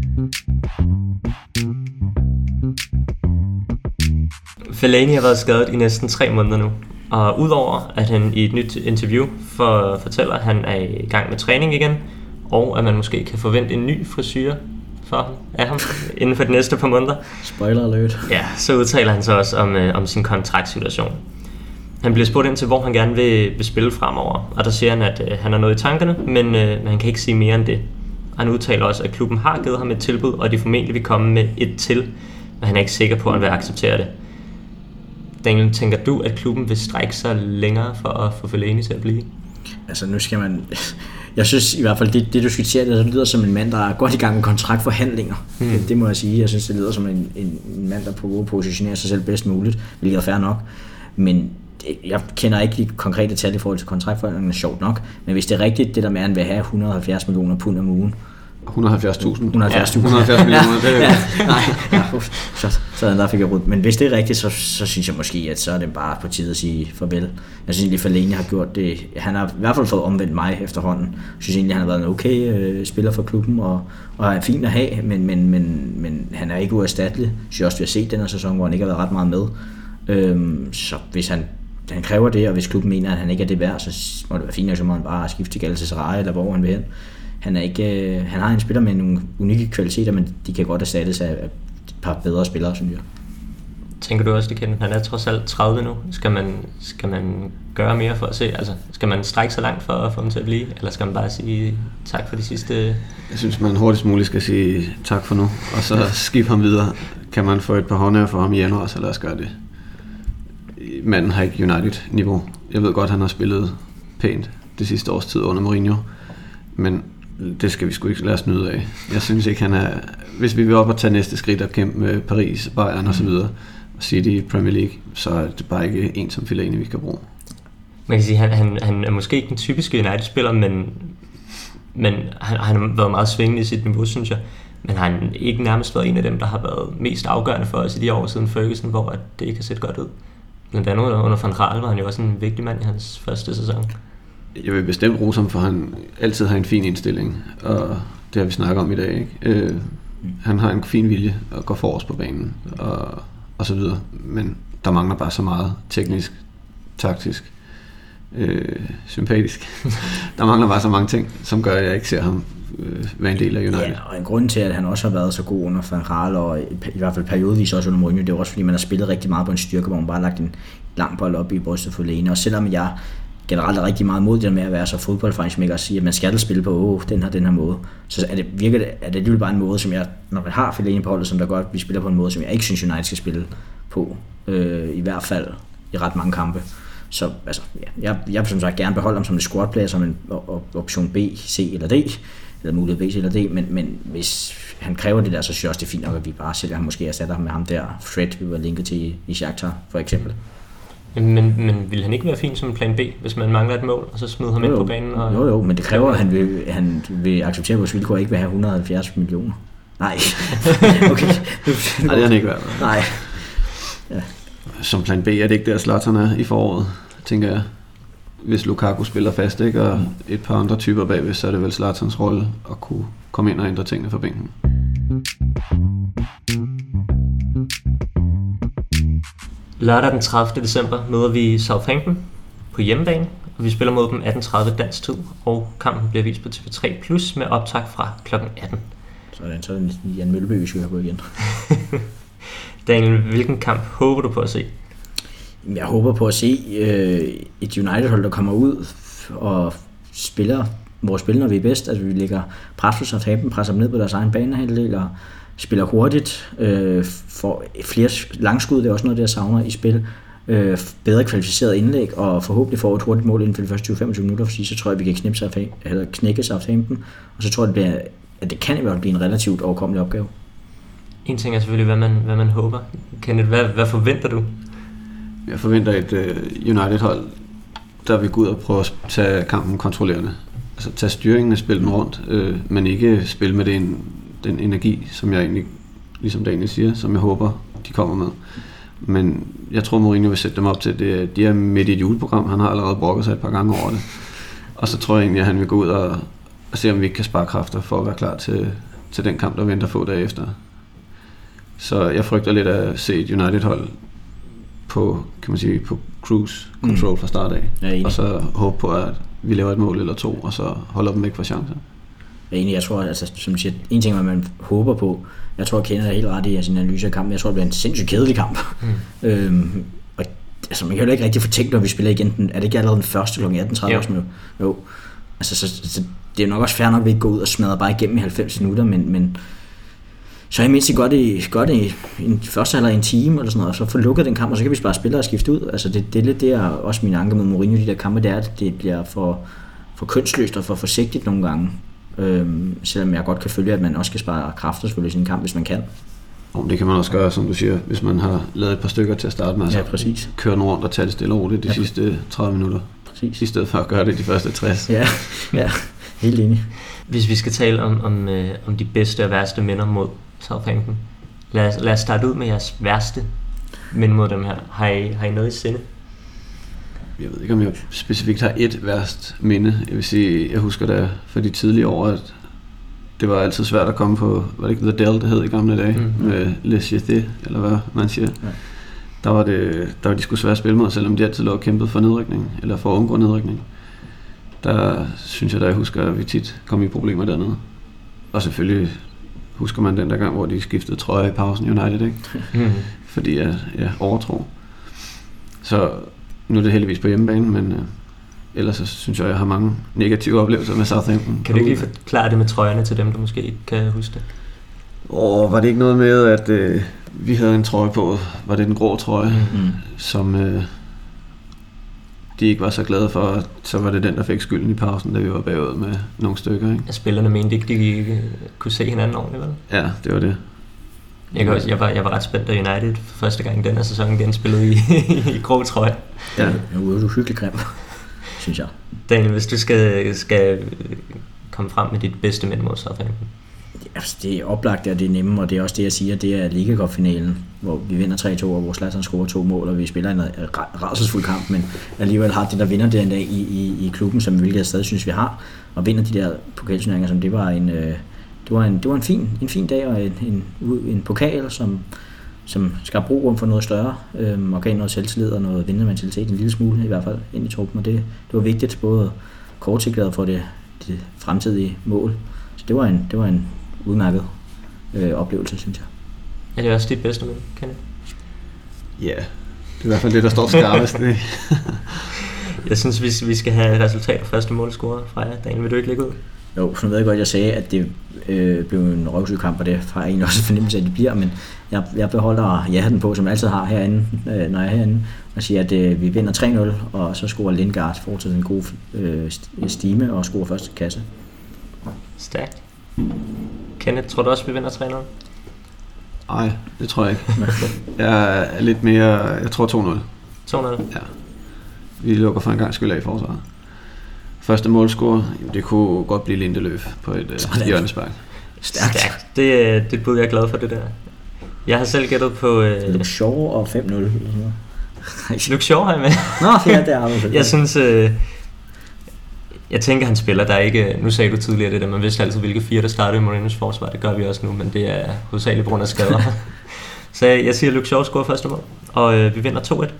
[SPEAKER 2] Fellaini har været skadet i næsten tre måneder nu, og udover at han i et nyt interview for, fortæller, at han er i gang med træning igen, og at man måske kan forvente en ny frisyre for ham, af ham inden for de næste par måneder.
[SPEAKER 3] Spoiler alert.
[SPEAKER 2] Ja, så udtaler han så også om, øh, om sin kontraktsituation. Han bliver spurgt ind til, hvor han gerne vil, vil spille fremover, og der siger han, at øh, han er noget i tankerne, men, øh, men han kan ikke sige mere end det. Han udtaler også, at klubben har givet ham et tilbud, og de formentlig vil komme med et til, men han er ikke sikker på, at han vil acceptere det. Daniel, tænker du, at klubben vil strække sig længere for at få Fellaini til at blive?
[SPEAKER 3] Altså nu skal man... Jeg synes i hvert fald, det, det du skitserer, det lyder som en mand, der er godt i gang med kontraktforhandlinger. Hmm. Det, det må jeg sige. Jeg synes, det lyder som en, en, en mand, der prøver at positionere sig selv bedst muligt, hvilket er fair nok. Men jeg kender ikke de konkrete tal i forhold til kontraktforhandlingerne, sjovt nok. Men hvis det er rigtigt, det der med, at han vil have et hundrede og halvfjerds millioner pund om ugen,
[SPEAKER 4] et hundrede og halvfjerds tusind.
[SPEAKER 3] et hundrede og halvfjerds tusind.
[SPEAKER 4] Ja, et hundrede og halvfjerds millioner, det er
[SPEAKER 3] ja, nej, ja, så, så der fik jeg rundt. Men hvis det er rigtigt, så, så synes jeg måske, at så er det bare på tide at sige farvel. Jeg synes egentlig, at Fellaini har gjort det. Han har i hvert fald fået omvendt mig efterhånden. Jeg synes egentlig, at han har været en okay øh, spiller for klubben, og, og er fin at have, men, men, men, men han er ikke uerstattelig. Jeg synes også, vi har set den her sæson, hvor han ikke har været ret meget med. Øhm, så hvis han han kræver det, og hvis klubben mener, at han ikke er det værd, så må det være fint, at han bare skifte til Galatasaray, eller hvor han vil hen. Han, er ikke, han har en spiller med nogle unikke kvaliteter, men de kan godt erstattes af et par bedre spillere, synes jeg.
[SPEAKER 2] Tænker du også, det kan? Han er trods alt tredive nu. Skal man, skal man gøre mere for at se? Altså, skal man strække så langt for at få ham til at blive? Eller skal man bare sige tak for de sidste...
[SPEAKER 4] Jeg synes, man hurtigst muligt skal sige tak for nu, og så skifte ham videre. Kan man få et par håndører for ham i januar, så lad os gøre det. Manden har ikke United-niveau. Jeg ved godt, han har spillet pænt det sidste års tid under Mourinho, men det skal vi sgu ikke lade os nyde af. Jeg synes ikke, han er... Hvis vi vil op og tage næste skridt og kæmpe med Paris, Bayern og så videre, og City, Premier League, så er det bare ikke en som Fellaini, vi kan bruge.
[SPEAKER 2] Man kan sige, han, han, han er måske ikke den typiske United-spiller, men, men han, han har været meget svingende i sit niveau, synes jeg. Men han har ikke nærmest været en af dem, der har været mest afgørende for os i de år siden Ferguson, hvor det ikke har set godt ud. Blandt andet under Van Gaal var han jo også en vigtig mand i hans første sæson.
[SPEAKER 4] Jeg vil bestemt rose ham, for han altid har en fin indstilling, og det har vi snakket om i dag, ikke? Øh, Han har en fin vilje og går forrest på banen og, og så videre. Men der mangler bare så meget teknisk, taktisk, øh, sympatisk. Der mangler bare så mange ting, som gør, at jeg ikke ser ham øh, være en del af United.
[SPEAKER 3] Ja, og en grund til, at han også har været så god under Van Gaal, og i, i hvert fald periodvis også under Mourinho, det er også fordi, man har spillet rigtig meget på en styrke, hvor man bare har lagt en lang bold op i brystet for Lene. Og selvom jeg generelt er rigtig meget mod det med at være så fodboldfejnsmækker og sige, at man skal spille på åh, den her, den her måde, så er det, virker det, er det alligevel bare en måde, som jeg, når man har Fellaini på holdet, som der godt, vi spiller på en måde, som jeg ikke synes, United skal spille på, øh, i hvert fald i ret mange kampe. Så altså, ja, jeg, jeg vil som sagt gerne beholde ham som en squad player, som en option B, C eller D, eller mulighed B, C eller D, men, men hvis han kræver det der, så synes jeg også, det er fint nok, at vi bare sælger ham, måske erstatter ham med ham der, Fred, vi var linket til i, i Shakhtar, for eksempel.
[SPEAKER 2] Men, men vil han ikke være fin som en plan B, hvis man mangler et mål, og så smider ham ind på banen? Og
[SPEAKER 3] jo, jo, men det kræver, at han vil, han vil acceptere vores vilkår, ikke vil have et hundrede og halvfjerds millioner. Nej. Okay.
[SPEAKER 4] Nej, det er han ikke værd.
[SPEAKER 3] Nej. Ja.
[SPEAKER 4] Som plan B er det ikke der Zlatan er i foråret, tænker jeg. Hvis Lukaku spiller fast, ikke, og et par andre typer bagved, så er det vel Zlatans rolle at kunne komme ind og ændre tingene fra bænken.
[SPEAKER 2] Lørdag den tredivte december møder vi Southampton på hjemmebane, og vi spiller mod dem atten tredive dansk tid, og kampen bliver vist på T V tre plus med optag fra klokken atten.
[SPEAKER 3] Sådan, så er det Jan Mølleby, vi skal høre på igen.
[SPEAKER 2] Daniel, hvilken kamp håber du på at se?
[SPEAKER 3] Jeg håber på at se øh, et United-hold, der kommer ud og spiller vores spil, når vi er bedst. Altså, vi lægger pres på Southampton, presser dem ned på deres egen banehalvdel og spiller hurtigt, øh, får flere langskud, det er også noget, jeg savner i spil. Øh, bedre kvalificeret indlæg, og forhåbentlig får et hurtigt mål inden for de første tyve til femogtyve minutter, fordi så tror jeg, vi kan knæppe sig, eller knække Southampton, og så tror jeg, det bliver, at det kan i hvert fald blive en relativt overkommelig opgave.
[SPEAKER 2] En ting er selvfølgelig, hvad man, hvad man håber. Kenneth, hvad, hvad forventer du?
[SPEAKER 4] Jeg forventer et uh, United-hold, der vil gå ud og prøve at tage kampen kontrollerende. Altså tage styringen og spille den rundt, øh, men ikke spille med den, den energi, som jeg egentlig, ligesom Daniel siger, som jeg håber, de kommer med. Men jeg tror, Mourinho vil sætte dem op til det. De er midt i et juleprogram. Han har allerede brokket sig et par gange over det. Og så tror jeg egentlig, at han vil gå ud og, og se, om vi ikke kan spare kræfter for at være klar til, til den kamp, der venter få dage efter. Så jeg frygter lidt at se et United-hold på, kan man sige, på cruise control mm. fra start af. Og så håbe på, at vi laver et mål eller to, og så holder dem væk fra chancer.
[SPEAKER 3] Ja, egentlig, jeg tror, altså, som du siger, en ting, hvad man håber på, jeg tror, at Kenneth er helt ret i sin analyse af kampen, jeg tror, det bliver en sindssygt kedelig kamp. Mm. øhm, og altså, man kan jo ikke rigtig få tænkt, når vi spiller igen, den, er det ikke allerede den første klokken atten tredive? Jo. jo. Altså, så, så, det er nok også fair nok, at vi ikke går ud og smadrer bare igennem i halvfems minutter, men, men så er jeg mindst godt i, godt i en første halvleg en time, eller sådan noget, og så få lukket den kamp, og så kan vi bare spille og skifte ud. Altså, det, det er lidt det, er også min anke med Mourinho, de der kampe, det er, at det bliver for, for kønsløst og for forsigtigt nogle gange. Øhm, selvom jeg godt kan følge, at man også skal spare kræfter selvfølgelig i sin kamp, hvis man kan.
[SPEAKER 4] Og det kan man også gøre, som du siger, hvis man har lavet et par stykker til at starte med, så
[SPEAKER 3] ja, præcis.
[SPEAKER 4] Køre den rundt og tage det stille og roligt de ja, sidste tredive minutter.
[SPEAKER 3] Præcis.
[SPEAKER 4] I stedet for at gøre det de første tres.
[SPEAKER 3] Ja, ja, helt enig.
[SPEAKER 2] Hvis vi skal tale om, om, øh, om de bedste og værste minder mod Southampton, lad os, lad os starte ud med jeres værste minde mod dem her. Har I, har I noget i sinde?
[SPEAKER 4] Jeg ved ikke, om jeg specifikt har et værst minde. Jeg vil sige, jeg husker da for de tidlige år, at det var altid svært at komme på, var det ikke The Dell, det hed i gamle dage, mm-hmm. med Le Jeté, eller hvad man siger. Ja. Der var det, der var de sgu svært at spille mod, selvom de altid lå og kæmpede for nedrykning, eller for at undgå nedrykning. Der synes jeg, da jeg husker, at vi tit kom i problemer dernede. Og selvfølgelig husker man den der gang, hvor de skiftede trøje i pausen United, ikke? Mm-hmm. Fordi jeg ja, overtro. Så nu er det heldigvis på hjemmebane, men øh, ellers så synes jeg, jeg har mange negative oplevelser med Southampton.
[SPEAKER 2] Kan du ikke lige forklare det med trøjerne til dem, der måske ikke kan huske det?
[SPEAKER 4] Åh, var det ikke noget med, at øh, vi havde en trøje på, var det den grå trøje, mm-hmm. som øh, de ikke var så glade for, så var det den, der fik skylden i pausen, da vi var bagud med nogle stykker, ikke?
[SPEAKER 2] Ja, spillerne mente ikke, de ikke kunne se hinanden ordentligt, vel?
[SPEAKER 4] Ja, det var det.
[SPEAKER 2] Jeg, også, jeg, var, jeg var ret spændt, da United for første gang den her sæson genspillede i, i grå trøje.
[SPEAKER 3] Ja, nu er du hyggelig grim, synes jeg.
[SPEAKER 2] Daniel, hvis du skal, skal komme frem med dit bedste minde mod Southampton.
[SPEAKER 3] Altså, det er oplagt, og det er nemme, og det er også det, jeg siger, det er Liga Cup-finalen, hvor vi vinder tre to, og hvor Zlatan scorer to mål, og vi spiller en rædselsfuld kamp, men alligevel har det, der vinder det en dag i, i, i klubben, som hvilket jeg stadig synes, vi har, og vinder de der pokalturneringer, som det var en, øh, det var en, det var en, fin, en fin dag og en, en, en pokal, som, som skal bruge rum for noget større, øhm, og gav noget selvtillid og noget vindermentalitet, en lille smule i hvert fald, ind i truppen, og det, det var vigtigt, både kortsigtet for det, det fremtidige mål. Så det var en, det var en udmærket øh, oplevelse, synes jeg.
[SPEAKER 2] Er det også dit bedste minde, Kenneth?
[SPEAKER 4] Ja, yeah. Det er i hvert fald det, der står skarpest.
[SPEAKER 2] Jeg synes, vi, vi skal have resultat af første målscorer fra jer. Daniel, vil du ikke lægge ud?
[SPEAKER 3] Jo, så nu ved jeg godt, at jeg sagde, at det øh, blev en røvsyg kamp, og det har jeg egentlig også en fornemmelse af, at det bliver, men jeg, jeg beholder ja-hatten på, som jeg altid har herinde, øh, når jeg er herinde, og siger, at øh, vi vinder tre nul, og så scorer Lindgaard fortsat en god øh, stime og scorer første kasse.
[SPEAKER 2] Stærkt. Kenneth, tror du også, vi vinder tre nul?
[SPEAKER 4] Nej, det tror jeg ikke. Jeg er lidt mere, jeg tror to nul.
[SPEAKER 2] to nul?
[SPEAKER 4] Ja. Vi lukker for en gang skyld af i forsvaret. Første målscore, det kunne godt blive Lindeløf på et uh, hjørnespark.
[SPEAKER 3] Stærkt.
[SPEAKER 2] Stærkt. Det, det er et bud, jeg er glad for, det der. Jeg har selv gættet på... Uh...
[SPEAKER 3] Luke Shaw og fem nul.
[SPEAKER 2] Luke Shaw har jeg med.
[SPEAKER 3] Nå, ja, det er det.
[SPEAKER 2] Jeg synes... Uh... Jeg tænker, han spiller. Der er ikke... Nu sagde du tidligere det der, man vidste altid, hvilke fire, der startede i Mourinhos forsvar. Det gør vi også nu, men det er hovedsageligt på grund af skader. Så jeg, jeg siger, at Luke Shaw scorer første mål, og uh, vi vinder to et.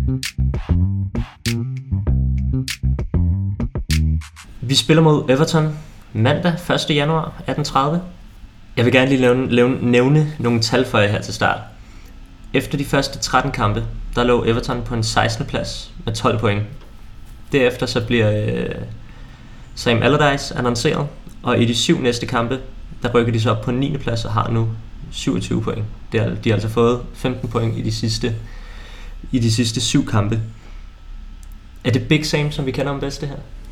[SPEAKER 2] Vi spiller mod Everton mandag første januar atten tredive. Jeg vil gerne lige nævne, nævne, nævne nogle tal for jer her til start. Efter de første tretten kampe, der lå Everton på en sekstende plads med tolv point. Derefter så bliver øh, Sam Allardyce annonceret, og i de syv næste kampe, der rykker de så op på en niende plads og har nu syvogtyve point. De har, de har altså fået femten point i de sidste, i de sidste syv kampe. Er det Big Sam, som vi kender om bedst, det her?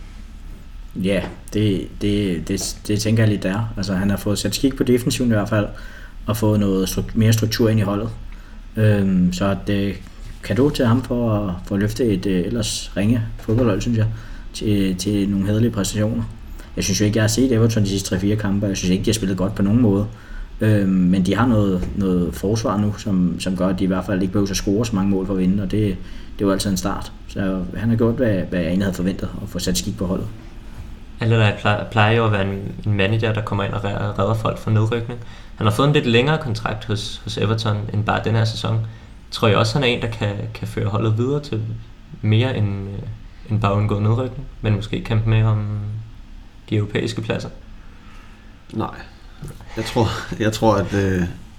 [SPEAKER 3] Ja, det, det, det, det tænker jeg lidt der. Altså, han har fået sat skik på defensiven i hvert fald, og fået noget stru- mere struktur ind i holdet. Øhm, så det cadeau til ham for at, for at løfte et øh, ellers ringe fodboldhold, synes jeg, til, til nogle hæderlige præstationer. Jeg synes jo ikke, jeg har set Everton de sidste tre fire kampe, jeg synes ikke, de har spillet godt på nogen måde. Øhm, men de har noget, noget forsvar nu, som, som gør, at de i hvert fald ikke behøver at score så mange mål for at vinde, og det, det var altid en start. Så han har gjort, hvad, hvad jeg egentlig havde forventet, at få sat skik på holdet.
[SPEAKER 2] Allardyce plejer, plejer jo at være en, en manager, der kommer ind og redder folk fra nedrykning. Han har fået en lidt længere kontrakt hos, hos Everton end bare den her sæson. Tror jeg også, han er en, der kan, kan føre holdet videre til mere end, end bare undgå nedrykning, men måske kæmpe mere om de europæiske pladser?
[SPEAKER 4] Nej. Jeg tror, jeg tror at øh,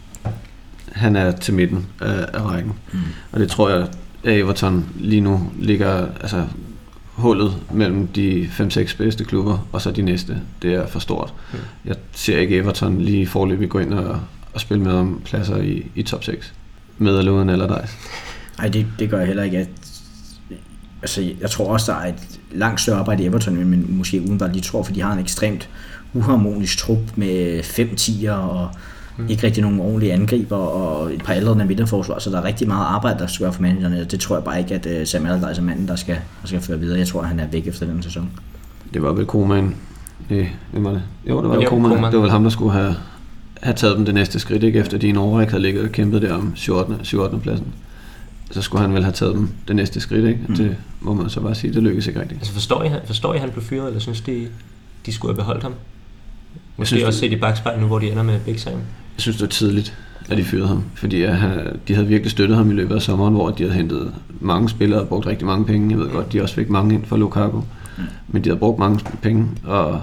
[SPEAKER 4] han er til midten af, af rækken. Mm. Og det tror jeg, at Everton lige nu ligger... Altså, hullet mellem de fem seks bedste klubber, og så de næste, det er for stort. Mm. Jeg ser ikke Everton lige forløbig gå ind og, og spille med om pladser i, i top seks. Med eller uden Allardyce.
[SPEAKER 3] Nej, det, det gør jeg heller ikke. At, altså, jeg tror også, der er et langt større arbejde i Everton, men måske udenbart lige tror, for de har en ekstremt uharmonisk trup med fem tier og mm. ikke rigtig nogen ordentlige angriber og et par aldrende midterforsvar, så der er rigtig meget arbejde, der skal gøre for managerne. Det tror jeg bare ikke, at uh, Sam Allardyce er manden, der skal, der skal føre videre. Jeg tror, at han er væk efter den sæson. Det
[SPEAKER 4] var vel Koeman. Det, det var det. Jo, det var jo Koeman. Det var vel ham, der skulle have, have taget dem det næste skridt, ikke? Efter de en overræk havde ligget og kæmpet der om syv ottende pladsen. Så skulle han vel have taget dem det næste skridt, ikke? Mm. Det må man så bare sige, det lykkedes ikke rigtigt.
[SPEAKER 2] Altså forstår I, forstår I han blev fyret, eller synes de, de skulle have beholdt ham? Måske synes, også set i bagspejlet nu, hvor de ender med Big Sam.
[SPEAKER 4] Jeg synes, det var tidligt, at de fyrede ham, fordi han, de havde virkelig støttet ham i løbet af sommeren, hvor de havde hentet mange spillere og brugt rigtig mange penge. Jeg ved godt, de også fik mange ind for Lukaku, mm. men de havde brugt mange penge, og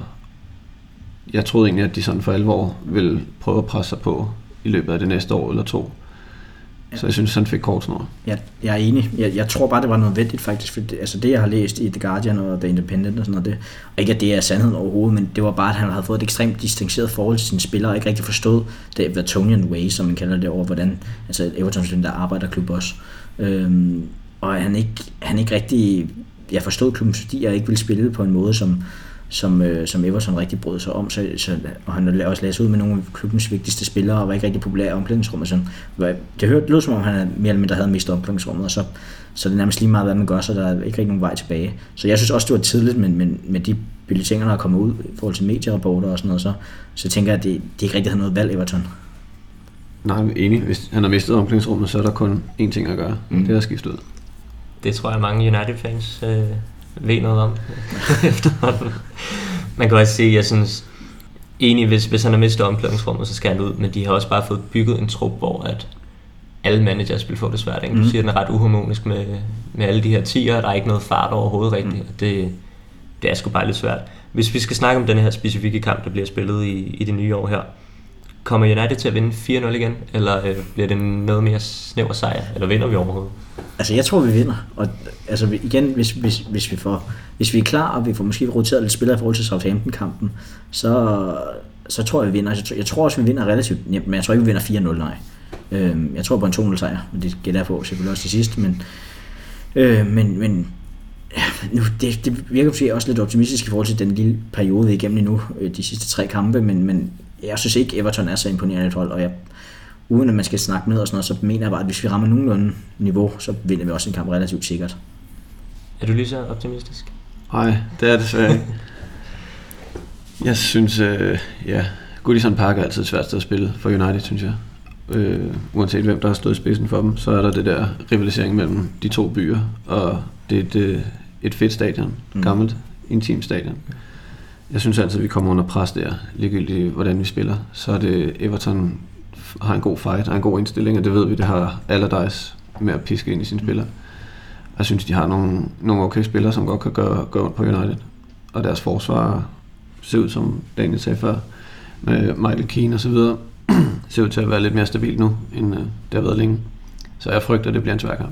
[SPEAKER 4] jeg troede egentlig, at de sådan for alvor ville prøve at presse sig på i løbet af det næste år eller to. Så jeg synes, han fik kort snor.
[SPEAKER 3] Ja, jeg er enig. Jeg, jeg tror bare, det var nødvendigt faktisk. For det, altså det, jeg har læst i The Guardian og The Independent og sådan noget, det, og ikke at det er sandheden overhovedet, men det var bare, at han havde fået et ekstremt distanceret forhold til sine spillere, og ikke rigtig forstået det Evertonian way, som man kalder det over, hvordan altså Everton er en der arbejderklub også. Øhm, og han ikke, han ikke rigtig, jeg forstod klubben, fordi jeg ikke ville spille på en måde, som som, øh, som Everton rigtig brød sig om, så, så, og han også læst ud med nogle af klubbens vigtigste spillere, og var ikke rigtig populær i omklædningsrummet. Sådan. Det hørte lød som om, han mere eller mindre havde mistet omklædningsrummet, og så, så det er nærmest lige meget, hvad man gør, så der er ikke rigtig nogen vej tilbage. Så jeg synes også, det var tidligt, men, men med de bulletiner, der er kommet ud i forhold til medierapporter og sådan noget, så, så tænker jeg, at det, det ikke rigtig havde noget valg, Everton.
[SPEAKER 4] Nej, jeg er enig. Hvis han har mistet omklædningsrummet, så er der kun én ting at gøre. Mm. Det er at skifte ud.
[SPEAKER 2] Det tror jeg, mange United-fans øh, ved noget om efterhånden. Man kan også sige, jeg synes, Enig, hvis, hvis han har mistet omklædningsrummet, så skal han ud, men de har også bare fået bygget en trup, hvor at alle managers vil få det svært. Ikke? Du mm. siger, at den er ret uharmonisk med, med alle de her tiger, der er ikke noget fart overhovedet rigtigt, mm. det, det er sgu bare lidt svært. Hvis vi skal snakke om den her specifikke kamp, der bliver spillet i, i det nye år her, kommer United til at vinde fire nul igen, eller øh, bliver det noget mere snæver sejr, eller vinder vi overhovedet?
[SPEAKER 3] Altså jeg tror vi vinder, og altså igen, hvis, hvis, hvis vi får, hvis vi er klar, og vi får måske roteret lidt spillere i forhold til Southampton-kampen, så, så tror jeg vi vinder. Jeg tror, jeg tror også vi vinder relativt nemt, men jeg tror ikke vi vinder fire nul, nej. Øh, jeg tror på en to nul sejr, men det gælder på selvfølgelig også til sidst, men øh, men, men ja, nu, det, det virker måske også lidt optimistisk i forhold til den lille periode vi er igennem nu, de sidste tre kampe, men, men jeg synes ikke Everton er så imponerende et hold, og jeg, uden at man skal snakke med og sådan noget, så mener jeg bare, at hvis vi rammer nogenlunde niveau, så vinder vi også en kamp relativt sikkert.
[SPEAKER 2] Er du lige så optimistisk?
[SPEAKER 4] Nej, det er desværre ikke. Jeg synes, øh, ja, Goodison Park er altid et svært sted at spille for United, synes jeg. Øh, uanset hvem der har stået i spidsen for dem, så er der det der rivalisering mellem de to byer, og det er et, et fedt stadion, mm. gammelt, intimt stadion. Jeg synes altid, at vi kommer under pres der, ligegyldigt hvordan vi spiller. Så er det Everton har en god fight, har en god indstilling, og det ved vi, det har Allardyce med at piske ind i sine spillere. Jeg synes, de har nogle, nogle okay spillere, som godt kan gøre, gøre ondt på United. Og deres forsvar ser ud, som Daniel sagde før, med Michael Keane og så videre, ser ud til at være lidt mere stabilt nu, end uh, det har været længe. Så jeg frygter, at det bliver en svær kamp.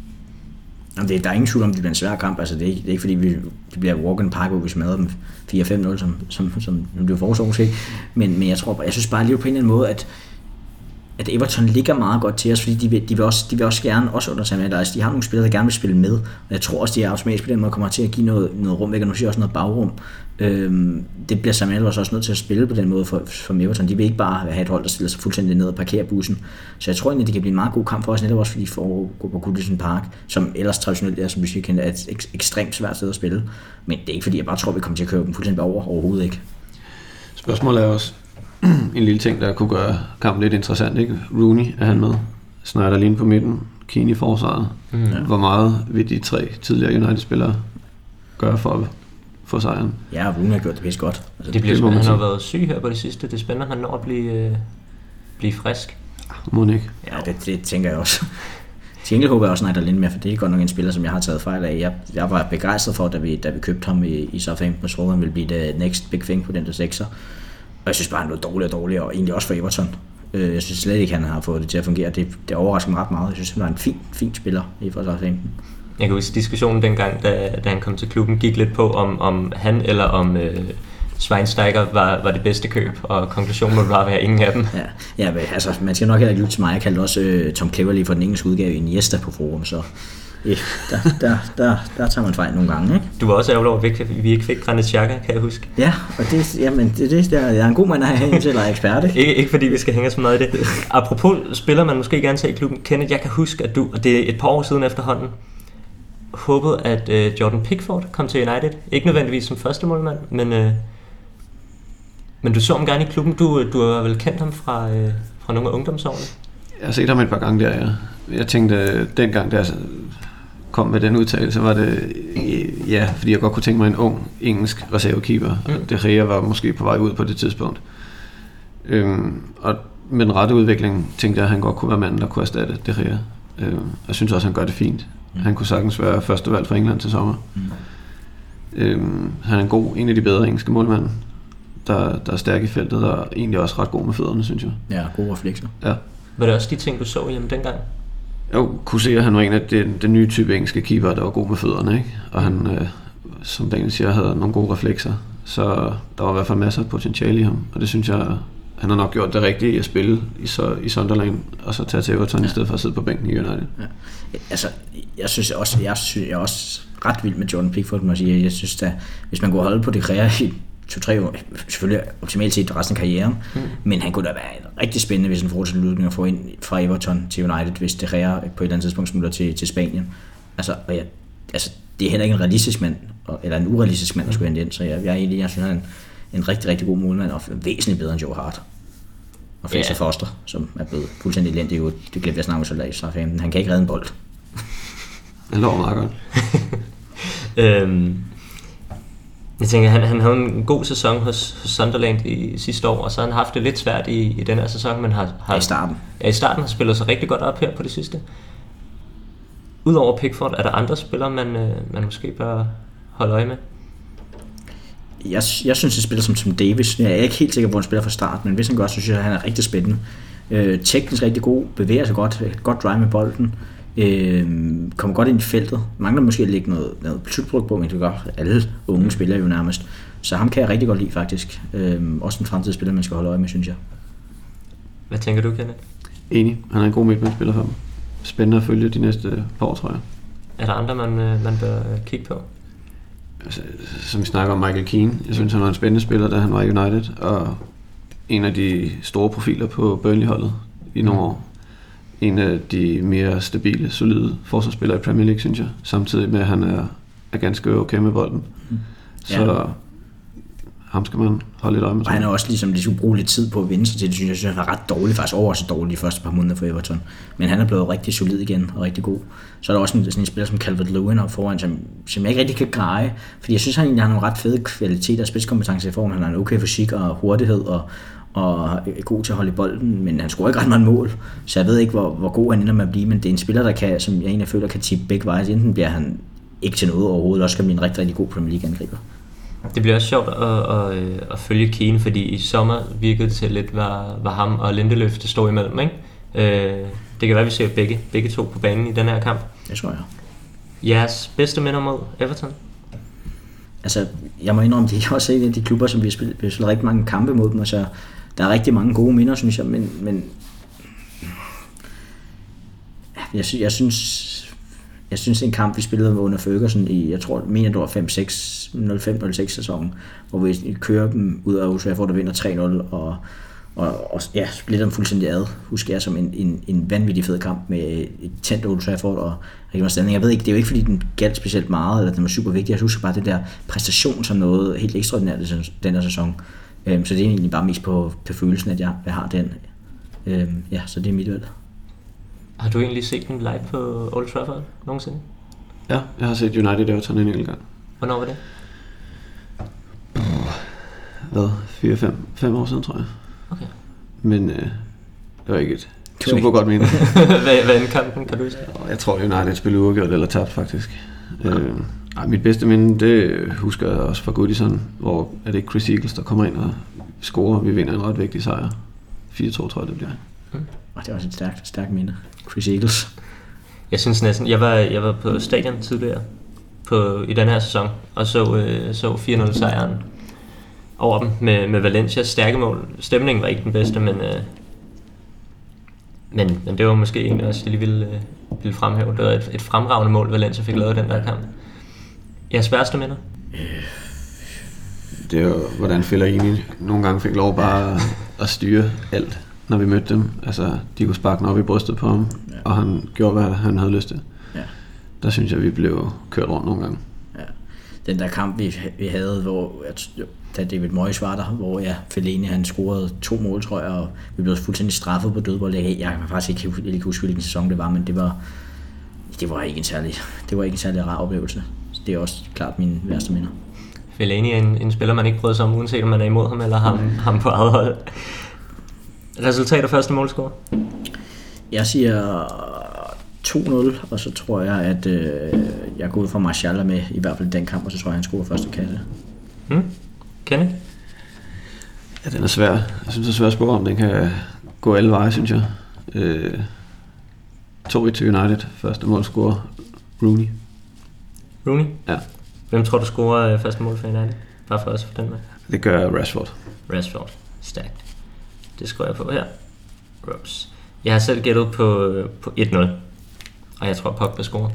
[SPEAKER 3] Jamen, det, der er ingen tvivl om, det bliver en svær kamp. Altså, det, er ikke, det er ikke fordi, vi, det bliver walk in park, hvor vi smadrer dem fire fem nul, som, som, som det bliver forårsårs, men, men jeg tror, jeg synes bare lige på en eller anden måde, at at Everton ligger meget godt til os, fordi de vil, de vil, også, de vil også gerne, også under Sam Allardyce, de har nogle spillere, der gerne vil spille med, og jeg tror også, de er automatisk på den måde kommer til at give noget, noget rum væk, og nu siger også noget bagrum. Øhm, det bliver Sam Allardyce også nødt til at spille på den måde for, for Everton. De vil ikke bare have et hold, der stiller sig fuldstændig ned og parkerer bussen. Så jeg tror egentlig, det kan blive en meget god kamp for os, netop også fordi de får gå på Goodison Park, som ellers traditionelt er, som vi siger, er et ek- ekstremt svært sted at spille. Men det er ikke fordi, jeg bare tror, vi kommer til at køre dem fuldstændig over, overhovedet ikke.
[SPEAKER 4] Spørgsmålet er også, en lille ting, der kunne gøre kampen lidt interessant, ikke? Rooney er han med. Snyder lige på midten. Keane i forsvaret. Mm. Hvor meget vil de tre tidligere United-spillere gøre for at få sejren?
[SPEAKER 3] Ja, Rooney har gjort det pisse godt.
[SPEAKER 2] Altså, det bliver spændende. Han har været syg her på det sidste. Det er spændende, han når at blive, øh, blive frisk.
[SPEAKER 4] Må ikke.
[SPEAKER 3] Ja, det, det tænker jeg også. Til enkelt håber jeg også, at Snyder Lind med, for det er godt nok en spiller, som jeg har taget fejl af. Jeg, jeg var begejstret for, da vi, da vi købte ham i, i Southampton, og troede, han ville blive the next big thing på den der sekser. Og jeg synes bare, han er dårligere og dårligere, og egentlig også for Everton. Jeg synes slet ikke, han har fået det til at fungere. Det, det overrasker mig ret meget. Jeg synes, han var en fin, fin spiller i for Southampton.
[SPEAKER 2] Jeg kan huske diskussionen dengang, da, da han kom til klubben, gik lidt på, om, om han eller om øh, Schweinsteiger var, var det bedste køb, og konklusionen må bare være ingen af dem.
[SPEAKER 3] Ja, ja, altså man skal nok heller ikke lytte til mig. Jeg kaldte også øh, Tom Cleverley for den engelske udgave i Iniesta på forum, så ja, der, der, der, der tager man fejl nogle gange, ikke?
[SPEAKER 2] Du var også ærgerlig over, at vi ikke fik Granit Xhaka, kan jeg huske.
[SPEAKER 3] Ja, og det, jamen, det, det, der, jeg er en god mand at have til, eller er ekspert, ikke?
[SPEAKER 2] ikke? Ikke fordi vi skal hænge så meget i det. Apropos spiller man måske gerne til i klubben. Kenneth, jeg kan huske, at du, og det er et par år siden efterhånden, håbede, at uh, Jordan Pickford kom til United. Ikke nødvendigvis som første målmand, men, uh, men du så ham gerne i klubben. Du, du har vel kendt ham fra, uh, fra nogle af ungdomsårene?
[SPEAKER 4] Jeg har set ham et par gange der, ja. Jeg tænkte, dengang der kom med den udtalelse, var det, ja, fordi jeg godt kunne tænke mig en ung engelsk reservekeeper. Mm. De Gea var måske på vej ud på det tidspunkt. Øhm, og med den rette udvikling tænkte jeg, at han godt kunne være manden, der kunne erstatte De Gea. Øhm, jeg synes også, han gør det fint. Mm. Han kunne sagtens være første valg for England til sommer. Mm. Øhm, han er en god, en af de bedre engelske målmænd, der, der er stærk i feltet, og egentlig også ret god med fødderne, synes jeg.
[SPEAKER 3] Ja, gode reflekser.
[SPEAKER 2] Ja. Var det også de ting, du så hjemme dengang?
[SPEAKER 4] Jeg kunne se, at han var en af den, den nye type engelske keeper, der var god med fødderne, ikke? Og han, øh, som Daniel siger, havde nogle gode reflekser. Så der var i hvert fald masser af potentiale i ham, og det synes jeg, han har nok gjort det rigtige at spille i, så, i Sunderland, og så tage til Everton ja. I stedet for at sidde på bænken i United. Ja.
[SPEAKER 3] Altså, jeg synes også, jeg synes, jeg er også ret vild med Jordan Pickford, må jeg sige. Jeg synes, at hvis man kunne holde på det kreative i to-tre år, selvfølgelig optimalt set resten af karrieren, mm. men han kunne da være rigtig spændende, hvis han får til slutning at få ind fra Everton til United, hvis det Gea på et eller andet tidspunkt smutter til, til Spanien. Altså, og jeg, altså, det er heller ikke en realistisk mand, eller en urealistisk mand, der skulle hente ind, så jeg, jeg er egentlig, jeg synes, han er en, en rigtig, rigtig god målmand, og væsentligt bedre end Joe Hart. Og Fraser yeah. Foster, som er blevet fuldstændig elendig ud. Det glemte jeg snakke med så Southampton. Han kan ikke redde en bold.
[SPEAKER 4] Han lover meget godt.
[SPEAKER 2] øhm, Jeg tænker, han, han havde en god sæson hos, hos Sunderland i sidste år, og så har han haft det lidt svært i, i den her sæson, men har, har
[SPEAKER 3] I starten.
[SPEAKER 2] Ja, i starten har spillet sig rigtig godt op her på det sidste. Udover Pickford, er der andre spillere, man, man måske bør holde øje med?
[SPEAKER 3] Jeg, jeg synes, at spiller som Tim Davis. Jeg er ikke helt sikker på, at han spiller fra start, men hvis han gør, så synes jeg, at han er rigtig spændende. Øh, teknisk rigtig god, bevæger sig godt, godt drive med bolden, øh, kommer godt ind i feltet. Mangler måske at lægge noget, noget slutbrug på, men det gør alle unge spillere jo nærmest. Så ham kan jeg rigtig godt lide faktisk. Øh, også en fremtidsspiller, man skal holde øje med, synes jeg.
[SPEAKER 2] Hvad tænker du, Kenneth?
[SPEAKER 4] Enig. Han er en god midtbanespiller for dem. Spændende at følge de næste par år, tror jeg.
[SPEAKER 2] Er der andre, man, man bør kigge på?
[SPEAKER 4] Altså, som vi snakker om Michael Keane. Jeg synes, han var en spændende spiller, da han var i United, og en af de store profiler på Burnley-holdet i nogle år. En af de mere stabile, solide forsvarsspillere i Premier League, synes jeg. Samtidig med, at han er, er ganske okay med bolden. Mm. Så ja. Ham skal man holde lidt øje med.
[SPEAKER 3] Og han er også ligesom, de skulle bruge lidt tid på at vinde sig til det, synes jeg. Jeg synes, han var ret dårlig, faktisk over så dårlig de første par måneder for Everton. Men han er blevet rigtig solid igen og rigtig god. Så er der også en, sådan en spiller som Calvert-Lewin op foran, som, som jeg ikke rigtig kan greje. Fordi jeg synes, han egentlig har nogle ret fede kvaliteter og spidskompetence i form. Han har en okay fysik og hurtighed og, og er god til at holde i bolden, men han scorer ikke ret meget mål. Så jeg ved ikke, hvor, hvor god han ender med at blive, men det er en spiller, der kan, som jeg egentlig føler, kan tippe begge veje. Enten bliver han ikke til noget overhovedet, også kan blive en rigtig, rigtig god Premier League-angriber.
[SPEAKER 2] Det bliver også sjovt at, at, at følge Keane, fordi i sommer virkede det til lidt, var, var ham og Lindeløf, der stod imellem, ikke? Øh, det kan være, at vi ser begge, begge to på banen i den her kamp.
[SPEAKER 3] Det tror jeg.
[SPEAKER 2] Jeres bedste minder mod Everton?
[SPEAKER 3] Altså, jeg må indrømme, det er også en af de klubber, som vi har spillet, vi har spillet rigtig mange kampe mod dem, og så der er rigtig mange gode minder, synes jeg, men, men jeg, sy- jeg synes jeg synes en kamp vi spillede under Ferguson i, jeg tror, mener det var fem seks nul fem nul seks sæsonen, hvor vi kører dem ud af Old Trafford og vinder tre nul og og, og ja, splitter dem fuldstændig ad, husker jeg, som en, en, en vanvittig fed kamp med et tændt Old Trafford og rigtig stemning. Jeg ved ikke, det er jo ikke fordi den galt specielt meget, eller den var super vigtig. Jeg husker bare det der præstation som noget helt ekstraordinært den her sæson. Øhm, så det er egentlig bare mest på, på følelsen, at jeg, jeg har den. Øhm, ja, så det er mit valg. Har
[SPEAKER 2] du egentlig set den live på Old Trafford nogensinde?
[SPEAKER 4] Ja, jeg har set United Everton en enkelt gang.
[SPEAKER 2] Hvornår var det?
[SPEAKER 4] Hvad? fire fem år siden, tror jeg.
[SPEAKER 2] Okay.
[SPEAKER 4] Men øh, det var ikke et super godt minde.
[SPEAKER 2] hvad, hvad er kampen, kan du huske?
[SPEAKER 4] Jeg tror, United spillede uafgjort eller tabt, faktisk. Ja. Øh, ej, mit bedste minde, det husker jeg også fra Goodison, hvor er det ikke Chris Eagles, der kommer ind og scorer. Vi vinder en ret vigtig sejr. fire to, tror jeg, det bliver.
[SPEAKER 3] Mm. Og det er også et stærkt, stærkt minde. Chris Eagles.
[SPEAKER 2] Jeg synes næsten, jeg var, jeg var på stadion tidligere på, i den her sæson, og så, øh, så fire nul sejren over dem med, med Valencias stærke mål. Stemningen var ikke den bedste, men, øh, men, men det var måske en, også jeg lige ville, øh, ville fremhæve. Det var et, et fremragende mål, Valencia fik lavet den der kamp. Jeres værste minder?
[SPEAKER 4] Det er jo, hvordan Fellaini nogle gange fik lov bare at styre alt, når vi mødte dem. Altså, de kunne sparke op i brystet på ham, ja. Og han gjorde, hvad han havde lyst til. Ja. Der synes jeg, vi blev kørt rundt nogle gange.
[SPEAKER 3] Ja. Den der kamp, vi, vi havde, hvor da David Moyes var der, hvor ja, Fellaini han scorede to mål, tror jeg, og vi blev fuldstændig straffet på dødbold. Jeg, jeg kan faktisk ikke, ikke huske, hvilken sæson det var, men det var, det var ikke en særlig, det var ikke en særlig rar oplevelse. Det er også klart mine værste minder.
[SPEAKER 2] Fellaini er en, en spiller, man ikke bryder sig om, uanset om man er imod ham eller ham, ham på eget hold. Resultat af første målscore?
[SPEAKER 3] Jeg siger to nul, og så tror jeg, at øh, jeg går ud fra Martial med i hvert fald den kamp, og så tror jeg, han scorer første kasse.
[SPEAKER 2] Hmm. Kenneth?
[SPEAKER 4] Ja, den er svær. Jeg synes, det er svært at spørge, om den kan gå alle veje, synes jeg. Øh, to et til United. Første målscore, Rooney.
[SPEAKER 2] Rooney?
[SPEAKER 4] Ja.
[SPEAKER 2] Hvem tror du scorer første mål for United? Bare for os for den med.
[SPEAKER 4] Det gør Rashford.
[SPEAKER 2] Rashford. Stærkt. Det skriver jeg på her. Rups. Jeg har selv gættet på, på et nul. Og jeg tror, Pogba scorer.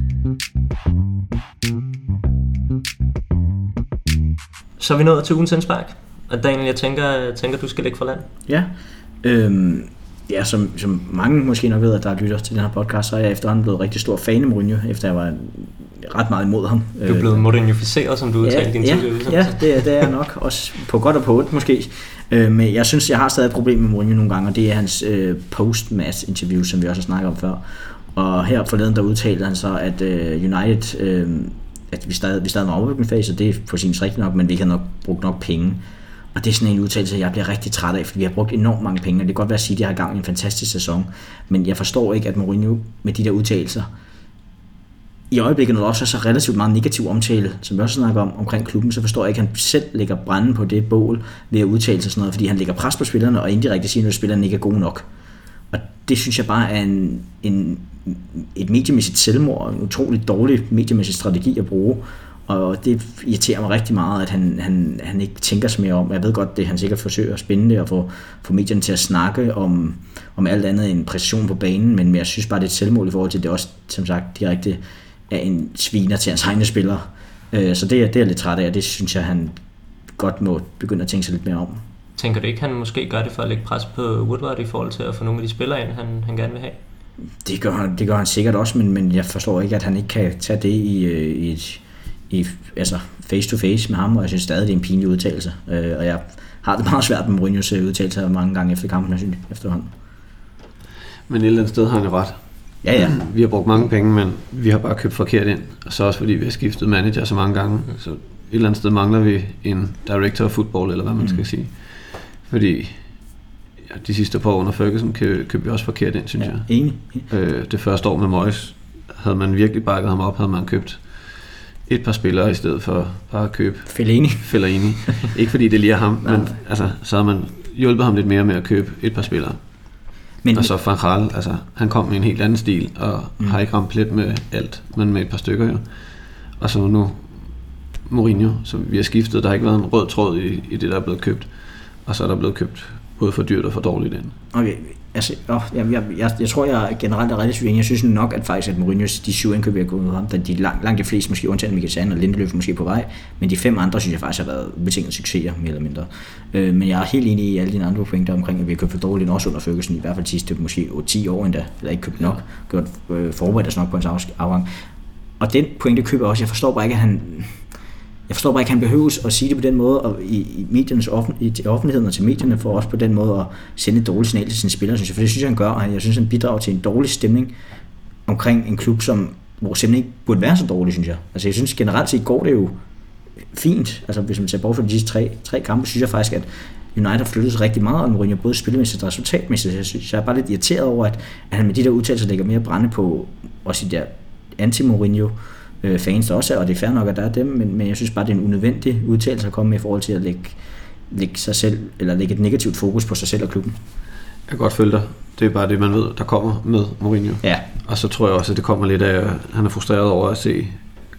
[SPEAKER 2] Så er vi nået til ugens indspark. Og Daniel, jeg tænker, tænker du skal lægge for land.
[SPEAKER 3] Ja. Øhm, ja, som, som mange måske nok ved, at der lytter til den her podcast, så er jeg efterhånden blevet rigtig stor fan af Mourinho, efter jeg var ret meget imod ham.
[SPEAKER 2] Du er blevet Mourinhoficeret, som du udtalte
[SPEAKER 3] ja,
[SPEAKER 2] din
[SPEAKER 3] ja,
[SPEAKER 2] tidligere udsendelse.
[SPEAKER 3] Ja, det, det er jeg nok. Også på godt og på ondt måske. Øh, men jeg synes, jeg har stadig et problem med Mourinho nogle gange, og det er hans øh, post-match interview, som vi også har snakket om før. Og her forleden, der udtalte han så, at øh, United øh, at vi stadig, vi stadig var overbygningsfase, og det er på sin rigtigt nok, men vi kan nok brugt nok penge. Og det er sådan en udtalelse, jeg bliver rigtig træt af, fordi vi har brugt enormt mange penge, og det kan godt være at sige, at de har gang i en fantastisk sæson, men jeg forstår ikke, at Mourinho med de der udtalelser, i øjeblikket, når der også er så relativt meget negativ omtale, som vi også snakker om, omkring klubben, så forstår jeg ikke, at han selv lægger branden på det bål ved at udtale sig sådan noget, fordi han lægger pres på spillerne, og indirekte siger, at spillerne ikke er gode nok. Og det synes jeg bare er en, en, et mediemæssigt selvmord, en utrolig dårlig mediemæssig strategi at bruge, og det irriterer mig rigtig meget, at han, han, han ikke tænker sig mere om. Jeg ved godt, det han sikkert forsøger at spænde det og få, få medierne til at snakke om, om alt andet end præcision på banen, men jeg synes bare, det er et selvmål i forhold til, det også, som sagt, direkte er en sviner til hans egne spillere. Så det er, det er lidt træt af, og det synes jeg, han godt må begynde at tænke sig lidt mere om.
[SPEAKER 2] Tænker du ikke, han måske gør det for at lægge pres på Woodward i forhold til at få nogle af de spillere ind, han, han gerne vil have?
[SPEAKER 3] Det gør han, det gør han sikkert også, men, men jeg forstår ikke, at han ikke kan tage det i, i et i, altså face to face med ham, og jeg synes stadig, det er en pinlig udtalelse. Og jeg har det meget svært med Mourinhos udtalelser mange gange efter kampen, jeg synes, efterhånden.
[SPEAKER 4] Men et eller andet sted har han jo ret.
[SPEAKER 3] Ja, ja.
[SPEAKER 4] Vi har brugt mange penge, men vi har bare købt forkert ind. Og så også fordi vi har skiftet manager så mange gange. Så et eller andet sted mangler vi en director of football, eller hvad man skal mm. sige. Fordi ja, de sidste par år under Ferguson købte vi også forkert ind, synes
[SPEAKER 3] ja,
[SPEAKER 4] jeg.
[SPEAKER 3] Enig.
[SPEAKER 4] Øh, det første år med Moyes havde man virkelig bakket ham op, havde man købt et par spillere i stedet for bare at købe
[SPEAKER 3] Fellaini.
[SPEAKER 4] Fellaini. Ikke fordi det lige er ham, men altså, så har man hjulpet ham lidt mere med at købe et par spillere. Men, og så Van Gaal, altså han kom med en helt anden stil og mm. har ikke ramt plet med alt, men med et par stykker jo. Og så nu Mourinho, som vi har skiftet, der har ikke været en rød tråd i, i det der er blevet købt, og så er der blevet købt både for dyrt og for dårligt ind.
[SPEAKER 3] Okay, altså, åh, jeg, jeg, jeg, jeg tror jeg generelt er relativt enig. Jeg synes nok at faktisk at Mourinhos de syv indkøb jeg har gået med ham, de langt, langt de fleste måske undtagen Mikkel Sand og Lindeløf måske på vej, men de fem andre synes jeg faktisk har været betinget succeser mere eller mindre. Øh, men jeg er helt enig i alle dine andre pointer omkring at vi har købt for dårligt også under Ferguson, i hvert fald sidste måske ti år endda, eller ikke købt nok, gjort øh, forberedt os nok på hans afgang. Og den pointe køber jeg også. Jeg forstår bare ikke at han Jeg forstår bare ikke, at han behøves at sige det på den måde, og i, i mediernes offen, i, til offentligheden og til medierne, for også på den måde at sende et dårligt signal til sine spillere, synes jeg. For det synes jeg, han gør, og jeg synes, han bidrager til en dårlig stemning omkring en klub, som, hvor simpelthen ikke burde være så dårlig, synes jeg. Altså jeg synes generelt set går det jo fint. Altså hvis man ser bort for de sidste tre, tre kampe, synes jeg faktisk, at United har flyttet sig rigtig meget, og Mourinho både spillemæssigt og resultatmæssigt. Jeg synes, jeg er bare lidt irriteret over, at, at han med de der udtalelser lægger mere brænde på også de der anti-Mourinho fans der også er, og det er fair nok, at der er dem, men, men jeg synes bare, det er en unødvendig udtalelse at komme med i forhold til at lægge, lægge sig selv, eller lægge et negativt fokus på sig selv og klubben.
[SPEAKER 4] Jeg kan godt følge dig. Det er bare det, man ved, der kommer med Mourinho.
[SPEAKER 3] Ja.
[SPEAKER 4] Og så tror jeg også, at det kommer lidt af, at han er frustreret over at se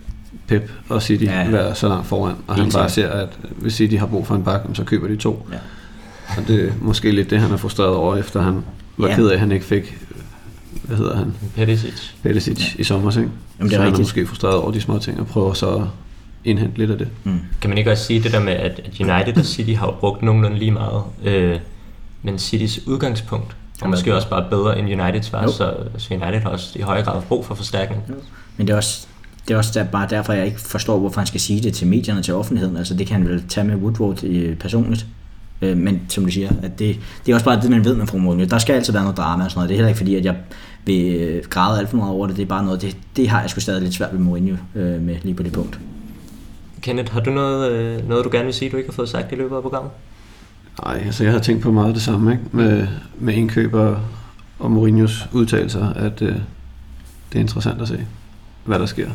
[SPEAKER 4] Pep og City ja. være så langt foran, og han bare ser, at hvis City har brug for en bak, så køber de to. Ja. Og det er måske lidt det, han er frustreret over, efter han var ja. ked af, at han ikke fik, hvad hedder han?
[SPEAKER 2] Perisic.
[SPEAKER 4] Perisic ja. i sommer, ikke?
[SPEAKER 3] Jamen, det er
[SPEAKER 4] så
[SPEAKER 3] rigtigt.
[SPEAKER 4] han er måske frustreret over de små ting, og prøver så at indhente lidt af det.
[SPEAKER 2] Mm. Kan man ikke også sige det der med, at United og City har brugt nogenlunde lige meget, øh, men Citys udgangspunkt er måske også bare bedre end Uniteds var, så, så United har også i højere grad brug for forstærkning. Jo.
[SPEAKER 3] Men det er også, det er også der, bare derfor, jeg ikke forstår, hvorfor han skal sige det til medierne og til offentligheden. Altså det kan han vel tage med Woodward øh, personligt. Øh, men som du siger, at det, det er også bare det, man ved med Fru Mourinho. Der skal altid være noget drama og sådan noget. Det er heller ikke fordi, at jeg vil græde alt for meget over det. Det er bare noget, det, det har jeg sgu stadig lidt svært ved Mourinho øh, med lige på det punkt.
[SPEAKER 2] Kenneth, har du noget, øh, noget, du gerne vil sige, du ikke har fået sagt i løbet af programmet?
[SPEAKER 4] Nej, altså jeg har tænkt på meget det samme, ikke? Med, med indkøber og Mourinhos udtalelser, at øh, det er interessant at se, hvad der sker,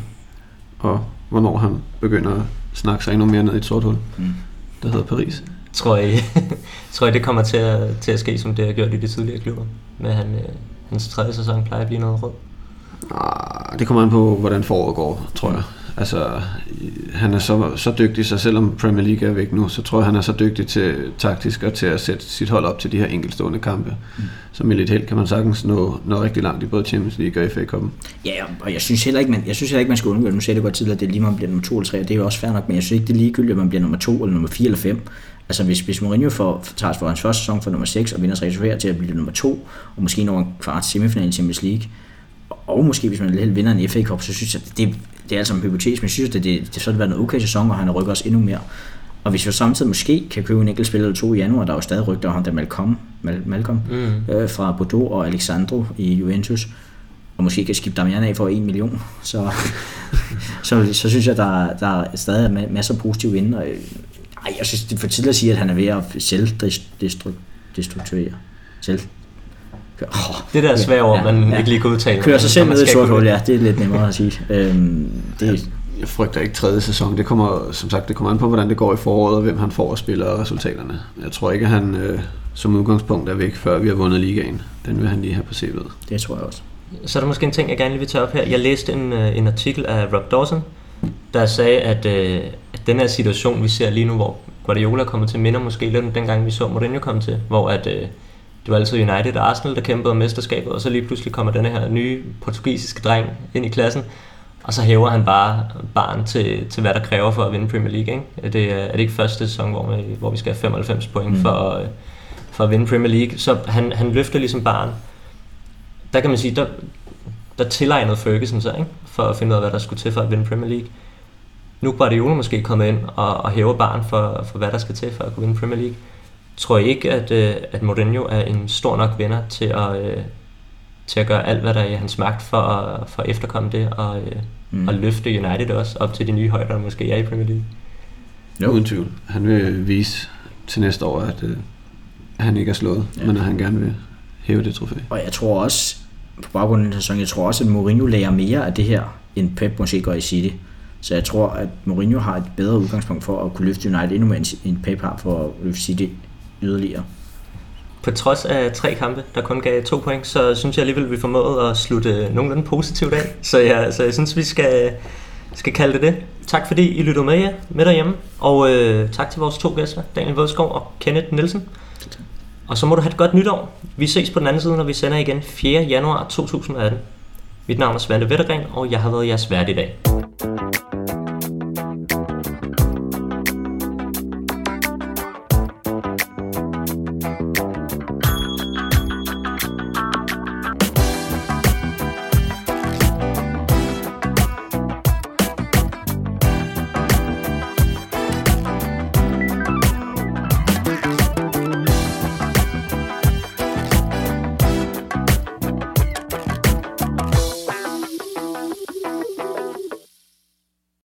[SPEAKER 4] og hvornår han begynder at snakke sig endnu mere ned i et sort hul, mm. der hedder Paris.
[SPEAKER 2] Tror I, tror I det kommer til at, til at ske, som det har gjort i de tidligere klubber? Med han, øh, hans tredje sæson plejer at blive noget rød?
[SPEAKER 4] Ah, det kommer an på, hvordan foråret går, tror jeg. Altså, han er så, så dygtig, så selvom Premier League er væk nu, så tror jeg, han er så dygtig til taktisk og til at sætte sit hold op til de her enkeltstående kampe. Mm. Så med lidt held kan man sagtens nå, nå rigtig langt i både Champions League og F A Cup'en. Ja,
[SPEAKER 3] og jeg synes heller ikke, man, jeg synes heller ikke, man skal undgå det. Nu sagde det godt tidligere, at det er lige, man bliver nummer to eller tre, og det er jo også fair nok, men jeg synes ikke, det er ligegyldigt, at man bliver nummer to eller nummer fire eller fem. Altså hvis, hvis Mourinho får, tager for hans første sæson for nummer seks og vinder sig reserveret til at blive nummer to, og måske når en kvart semifinal i Champions League, og måske hvis man helt vinder en F A Cup, så synes jeg, at det, det er altså en hypotes, men jeg synes, at det, det, det så vil være noget okay sæson, og han rykker også endnu mere. Og hvis vi samtidig måske kan købe en enkelt spiller eller to i januar, der er jo stadig rygter om der Malcolm, Mal, Malcolm mm. øh, fra Bordeaux og Alexandro i Juventus, og måske kan skifte Damian af for en million, så, så, så synes jeg, der, der er stadig masser af positive inde. Og, ej, jeg synes, det er for tidligt at sige, at han er ved at selvdestruktuere. Selv. Oh,
[SPEAKER 2] det der er svært ord,
[SPEAKER 3] ja,
[SPEAKER 2] man
[SPEAKER 3] ja.
[SPEAKER 2] ikke lige kan udtale.
[SPEAKER 3] Kører sig selv ned i et sort hul, ja, det er lidt nemmere at sige. Øhm, det,
[SPEAKER 4] jeg frygter ikke tredje sæson. Det kommer, som sagt, det kommer an på, hvordan det går i foråret, og hvem han får at spille og resultaterne. Jeg tror ikke, at han øh, som udgangspunkt er væk, før vi har vundet ligaen. Den vil han lige have på C V'et.
[SPEAKER 3] Det tror jeg også.
[SPEAKER 2] Så er der måske en ting, jeg gerne lige vil tage op her. Jeg læste en, en artikel af Rob Dawson, der sagde, at, øh, at den her situation, vi ser lige nu, hvor Guardiola er kommet til, minder måske lidt om dengang, vi så Mourinho komme til, hvor at, øh, det var altid United og Arsenal, der kæmpede om mesterskabet, og så lige pludselig kommer den her nye portugisiske dreng ind i klassen, og så hæver han bare barn til, til hvad der kræver for at vinde Premier League. Ikke? Er, det, er det ikke første sæson, hvor vi, hvor vi skal have femoghalvfems point mm. for, for at vinde Premier League? Så han, han løfter ligesom barn. Der kan man sige, der, der tilegnede Ferguson sig, ikke? For at finde ud af, hvad der skulle til for at vinde Premier League. Nu er Guardiola måske kommet ind og, og hæver barn for, for, hvad der skal til for at kunne vinde Premier League. Tror I ikke, at, at Mourinho er en stor nok vinder til at, til at gøre alt, hvad der er i hans magt for at, for at efterkomme det og, mm. og løfte United også op til de nye højder, der måske er i Premier League?
[SPEAKER 4] Jo. Uden tvivl. Han vil vise til næste år, at, at han ikke er slået, ja. Men at han gerne vil hæve det trofæ.
[SPEAKER 3] Og jeg tror også, på baggrund af den sæson, jeg tror også, at Mourinho lærer mere af det her, end Pep måske gør i City. Så jeg tror, at Mourinho har et bedre udgangspunkt for at kunne løfte United endnu mere, end Pep har for at løfte City yderligere.
[SPEAKER 2] På trods af tre kampe, der kun gav to point, så synes jeg alligevel, at vi formåede at slutte nogenlunde positivt af. Så jeg, så jeg synes, vi skal, skal kalde det det. Tak fordi I lyttede med, jer, med derhjemme. Og øh, tak til vores to gæster, Daniel Vådskov og Kenneth Nielsen. Og så må du have et godt nytår. Vi ses på den anden side, når vi sender igen fjerde januar to tusind og atten. Mit navn er Svante Vettergren, og jeg har været jeres vært i dag.